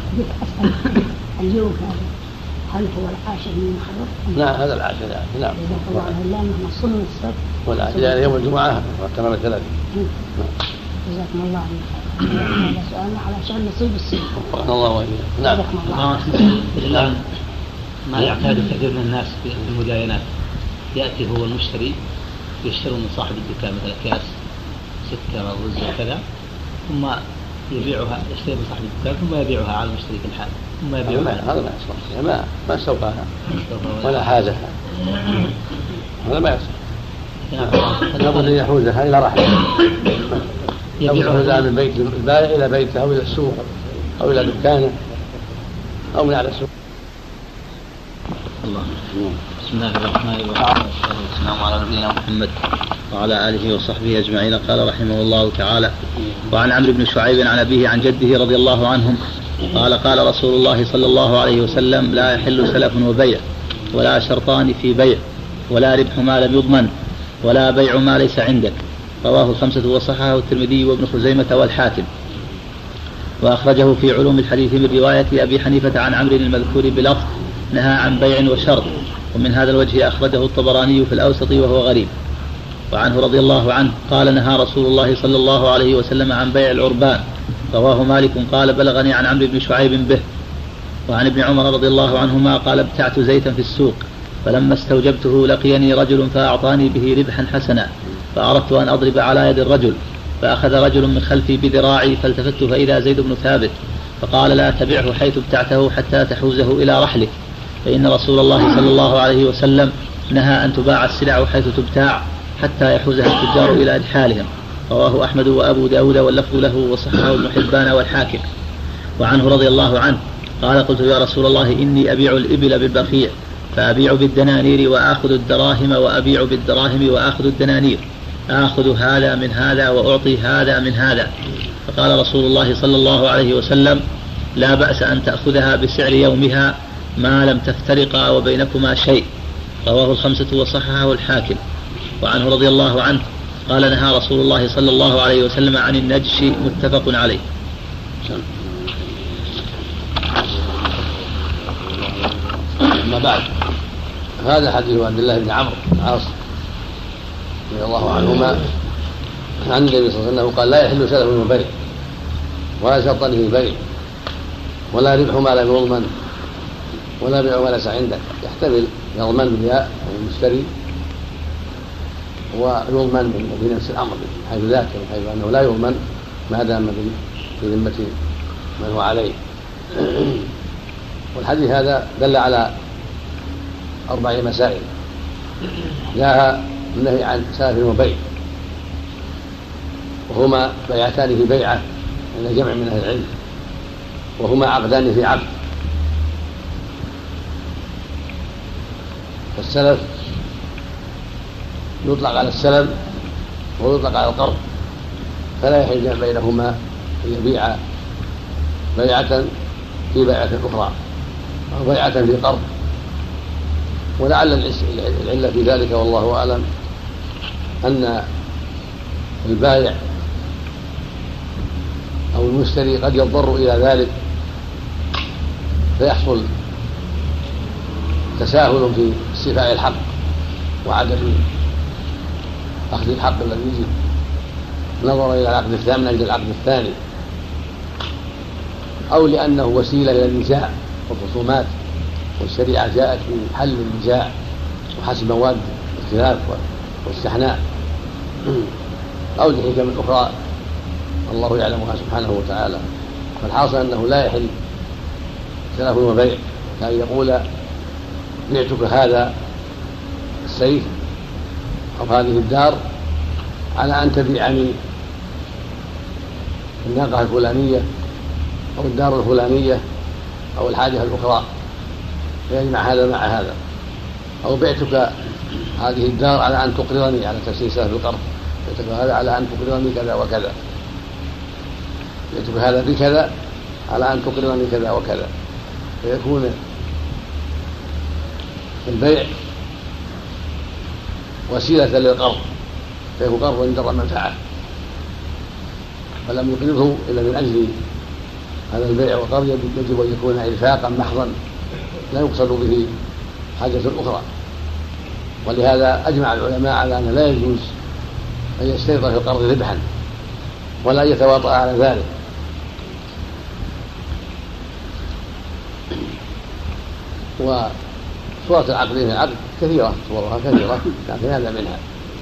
اليوم هل هو العاشر من محرم؟ نعم هذا العاشر يعني. نعم. جزاك الله عن الله أنه صلنا السبت. والعاشر يعني يوم الجمعة تمام الثلاث. جزاكم الله عنك. هذا سؤالنا على شأن نصيب السبت. وفقنا الله وإياك. نعم. الآن ما يعتاد كثير من الناس في المداينات، يأتي هو المشتري يشتري من صاحب الدكان مثلا أكياس سكر أو رز وكذا، ثم يبيعها، يشتري من صاحب الدكان ثم يبيعها على المشتري في الحال ثم يبيعها. هذا ما يصلح، ما استوفاها ولا حاجها، هذا ما يصلح. لابد أن يحوزها إلى رحله، يحوزها من بيت البائع إلى بيته أو إلى السوق أو إلى دكانه أو من على السوق. الله. بسم الله الرحمن الرحيم، والسلام على نبينا محمد وعلى آله وصحبه أجمعين. قال رحمه الله تعالى: وعن عمرو بن شعيب عن أبيه عن جده رضي الله عنهم قال: قال رسول الله صلى الله عليه وسلم: لا يحل سلف وبيع، ولا شرطان في بيع، ولا ربح ما لم يضمن، ولا بيع ما ليس عندك. رواه الخمسة وصححه الترمذي وابن خزيمة والحاكم، وأخرجه في علوم الحديث من رواية أبي حنيفة عن عمرو المذكور بلفظ: نهى عن بيع وشرط، ومن هذا الوجه أخرجه الطبراني في الأوسط وهو غريب. وعنه رضي الله عنه قال نهى رسول الله صلى الله عليه وسلم عن بيع العربان. رواه مالك قال بلغني عن عمرو بن شعيب به. وعن ابن عمر رضي الله عنهما قال ابتعت زيتا في السوق، فلما استوجبته لقيني رجل فأعطاني به ربحا حسنا، فأردت أن أضرب على يد الرجل، فأخذ رجل من خلفي بذراعي، فالتفت فإذا زيد بن ثابت، فقال لا تبعه حيث ابتعته حتى تحوزه إلى رحلك، فإن رسول الله صلى الله عليه وسلم نهى أن تباع السلع حيث تبتاع حتى يحوزها التجار إلى رحالهم. رواه أحمد وأبو داود واللفظ له وصححه ابن حبان والحاكم. وعنه رضي الله عنه قال قلت يا رسول الله إني أبيع الإبل بالبقيع، فأبيع بالدنانير وآخذ الدراهم، وأبيع بالدراهم وآخذ الدنانير، آخذ هذا من هذا وأعطي هذا من هذا. فقال رسول الله صلى الله عليه وسلم لا بأس أن تأخذها بسعر يومها ما لم تفترقا وبينكما شيء. رواه الخمسة وصححه الحاكم. وعنه رضي الله عنه قال نهى رسول الله صلى الله عليه وسلم عن النجش، متفق عليه. أما بعد، هذا حديث عبد الله بن عمرو بن العاص رضي الله عنهما عن النبي صلى الله عليه وسلم قال لا يحل سلف من بيع ولا شرطا في بيع ولا ربح ما لم يضمن ولا بيع ما ليس عندك. يحتمل يضمن بالياء المشتري ويضمن بنفس الامر من حيث ذاك، من حيث انه لا يضمن ما دام في ذمه من هو عليه. والحديث هذا دل على 4 مسائل، جاء النهي عن سلف وبيع، وهما بيعتان في بيعه عند جمع من اهل العلم، وهما عقدان في عقد. فالسلف يطلق على السلم ويطلق على القرض، فلا يحل جمع بينهما أن يبيع بيعة في بيعة أخرى أو بيعة في قرض. ولعل العلة في ذلك والله أعلم أن البائع أو المشتري قد يضطر إلى ذلك، فيحصل تساهل في استيفاء الحق وعدم أخذ الحق الذي يجب، نظرا إلى العقد الثاني من أجل العقد الثاني، أو لأنه وسيلة إلى النزاع والخصومات، والشريعة جاءت في حل النزاع وحسم مواد الاختلاف والاستحناء، أو لحكم أخرى الله يعلمها سبحانه وتعالى. فالحاصل أنه لا يحل سلف وبيع، كان يقول بعتك هذا السيف أو هذه الدار على أن تبيعني الناقة الفلانية أو الدار الفلانية أو الحاجة الأخرى، فيجمع هذا مع هذا. أو بعتك هذه الدار على أن تقرضني، على تفسير سلف القرض، بعتك هذا على أن تقرضني كذا وكذا، بعتك هذا بكذا على أن تقرضني كذا وكذا، فيكون البيع وسيلة للقرض، فيكون قرض من درء منفعة، فلم يقرضه إلا من أجل هذا البيع والقرض يجب أن يكون إنفاقا محضا لا يقصد به حاجة أخرى. ولهذا أجمع العلماء على أن لا يجوز أن يشترط في القرض ربحا ولا يتواطأ على ذلك. وصورة العقدين في العقد كثيرة، صورها كثيرة، لكن هذا منها،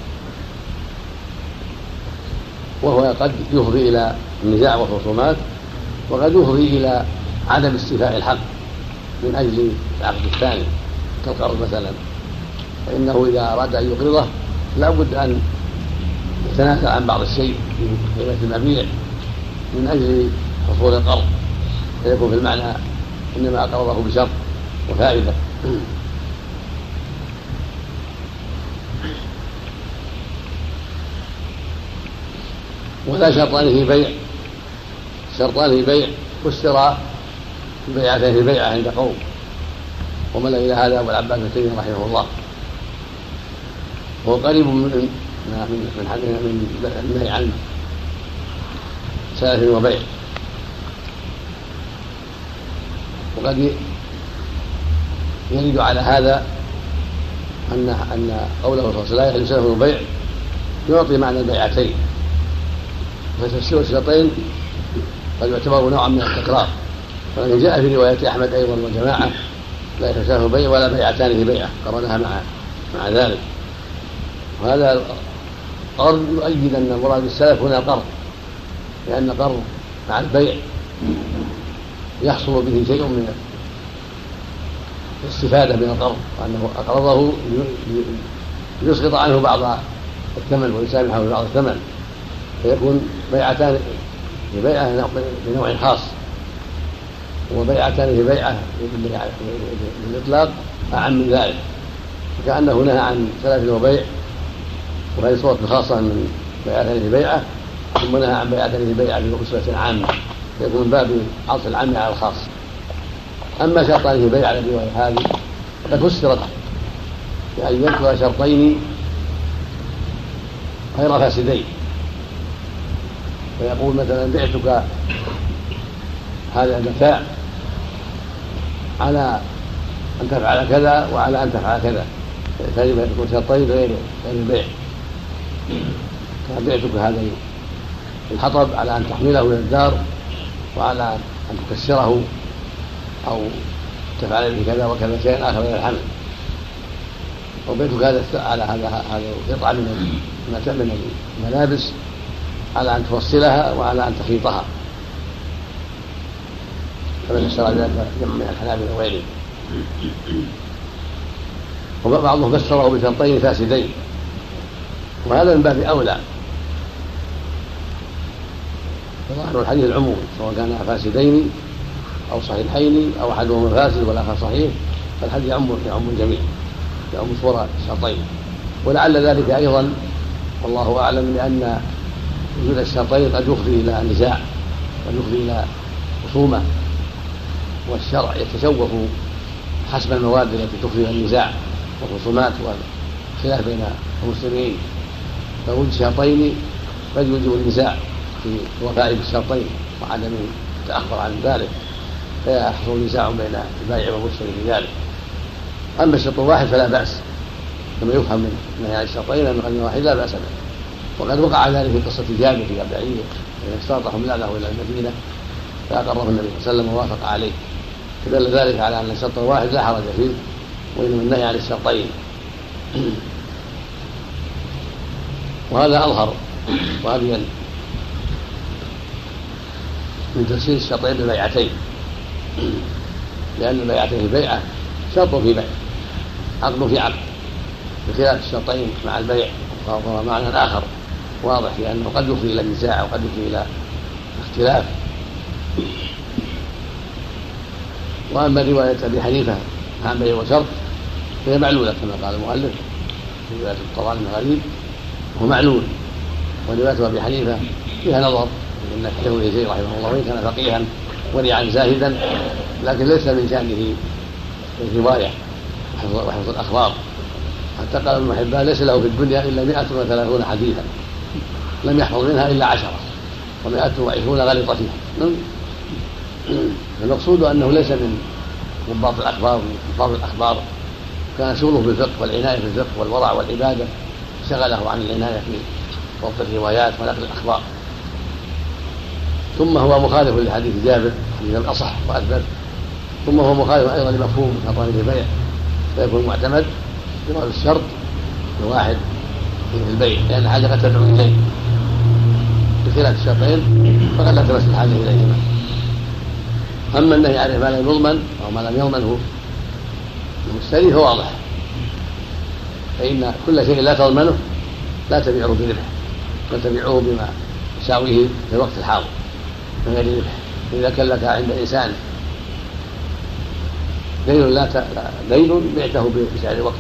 وهو قد يفضي إلى النزاع والخصومات، وقد يفضي إلى عدم استيفاء الحق من أجل العقد الثاني كالقرض مثلا، فإنه إذا أراد أن يقرضه لا بد أن يتنازل عن بعض الشيء في قيمة المبيع من أجل حصول القرض، فيكون في المعنى إنما أقرضه بشرط وفائدة. ولا شرطان في بيع، شرطان في بيع والشراء بيعتين في بيعة عند قوم، ومل إلى هذا أبو العباس بن تيمية رحمه الله، وهو قريب من النهي عن سلف وبيع. وقد يريد على هذا أن قوله صلى الله عليه وسلم لا يحل سلف البيع يعطي معنى البيعتين، فتفسير الشرطين قد يعتبر نوعا من التكرار، ولكن جاء في رواية أحمد أيضا والجماعة لا يحل سلف البيع ولا بيعتان في بيعة قرنها مع ذلك. وهذا القرض يؤيد أن المراد بالسلف هنا القرض، لأن القرض مع البيع يحصل به شيء من الاستفادة من القرض، وأنه أقرضه ليسقط عنه بعض الثمن ويسامحه بعض الثمن، فيكون بيعتان في بيعة بنوع خاص وبيعتان في بيعة بالإطلاق أعم من ذلك، فكأنه نهى عن سلف وبيع وهذه صورة خاصة من بيعتان في بيعة، ثم نهى عن بيعتان في بيعة بأسرة عامة، فيكون من باب عطف العام على الخاص. أما شرطان في بيعة الرواية هذه فقد فسرت بأن يذكر شرطين غير فاسدين، فيقول مثلا بعتك هذا المتاع على أن تفعل كذا وعلى أن تفعل كذا، فيجب أن يكون شرطين غير البيع. بعتك هذا الحطب على أن تحمله إلى الدار وعلى أن تكسره أو تفعل به كذا وكذا شيئا آخر من الحمل، وبيتك هذا على هذا قطعة من الملابس على أن تفصلها وعلى أن تخيطها، كما فسر ذلك جمع من الحنابلة وغيرهم. وبعضهم فسره بشرطين فاسدين، وهذا من باب أولى، فظاهر الحديث العموم سواء كان فاسدين أو صحيحين أو أحدهما فاسد والآخر صحيح، فالحديث يعم الجميع، يعم صورة الشرطين. ولعل ذلك أيضا والله أعلم لأن وجود الشرطين قد يفضي إلى نزاع قد يفضي إلى خصومة، والشرع يتشوف حسب المواد التي تفضي إلى النزاع والخصومات والخلاف بين المسلمين، فوجود الشرطين قد يوجب النزاع في الوفاء بالشرطين وعدم التأخر عن ذلك، فيحصل نزاع بين البائع والمشتري في ذلك. أما الشرط الواحد فلا بأس، كما يفهم من نهي الشرطين أن النهي الواحد لا بأس به، وقد وقع ذلك في قصة جابر في بعير إذا اشترطهم له إلى المدينة فأقره النبي صلى الله عليه وسلم ووافق عليه، فدل ذلك على أن الشرط الواحد لا حرج فيه، وإنما النهي عن الشرطين. وهذا أظهر وأبين من تفسير الشرطين بالبيعتين، لأن البيعتين في بيعة شرط في بيع، عقد في عقد، بخلاف الشرطين مع البيع وهو معنى آخر واضح في أنه قد يفضي إلى النزاع وقد يفضي إلى اختلاف. وأما رواية أبي حنيفة عن بيع وشرط فهي معلولة كما قال المؤلف في رواية الطبراني الغريب، وهو معلول. ورواية أبي حنيفة فيها نظر، إن الشيخ يزيد رحمه الله وإن كان فقيها ورعا زاهدا لكن ليس من شأنه الرواية وحفظ الأخبار، حتى قال ابن حبان ليس له في الدنيا إلا 130 حديثا لم يحفظ منها إلا 10 و120 غلط فيها. المقصود أنه ليس من ضباط الأخبار من الأخبار، كان شغله بالفقه والعناية في الفقه والورع والعبادة شغله عن العناية في ضبط الروايات ونقل الأخبار. ثم هو مخالف لحديث جابر حديث أصح وأثبت، ثم هو مخالف أيضا لمفهوم شرطان في البيع، فيكون معتمد جواب الشرط الواحد في البيع لأن حاجة قد تدعو إليه، بخلاف الشرطين فقد لا تمس الحاجة إليهما. أما النهي عن ما لم يضمن أو ما لم يضمنه المشتري فواضح، فإن كل شيء لا تضمنه لا تبيعه بربح، بل تبيعه بما يساويه في الوقت الحاضر من غير ربح. إذا كان لك عند إنسان دين بعته بسعر الوقت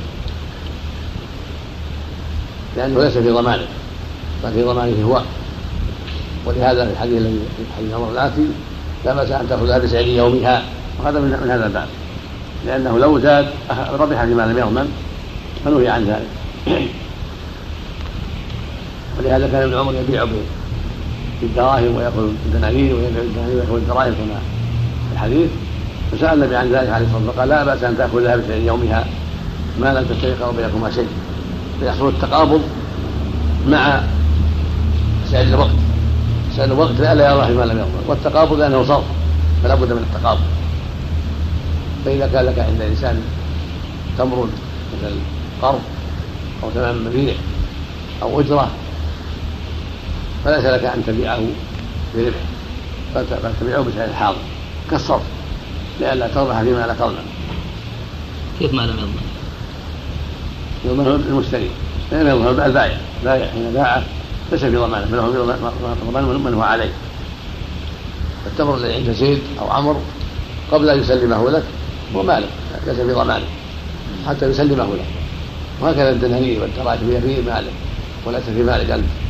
لأنه ليس في ضمانه بل في ضمانه هو، ولهذا في الحديث الذي في حديث عمر الآتي لا بأس أن تأخذها بسعر يومها، وهذا من هذا الباب، لأنه لو زاد ربح فيما لم يضمن فنهي عن ذلك. ولهذا كان ابن عمر يبيع بالدراهم ويأخذ الدنانير ويبيع الدنانير ويأخذ الدراهم كما في الحديث، فسأل النبي عن ذلك عليه الصلاة والسلام فقال لا بأس أن تأكلها بشيء يومها ما لم تفترق بينكما شيء، فيحصل التقابض مع سعر الوقت. سعر الوقت لا يرى ما لم يرضى، والتقابض لأنه صرف فلا بد من التقابض. فإذا كان لك عند الإنسان تمر مثل قرض أو ثمن مبيع أو أجرة فليس لك أن تبيعه بربح، بل تبيعه بسعر الحاضر كالصرف لئلا تربح فيما لا تضمن. كيف ما لم يضمن؟ يضمنه المشتري، لأنه يضمنه البائع. حين باعه ليس في ضمانه بل هو في ضمان من هو عليه. فالتمر الذي عند زيد أو عمرو قبل أن يسلمه لك هو مالك ليس في ضمانه حتى يسلمه لك، وهكذا الدنانير والدراهم هي في مالك وليس في مالك أنت.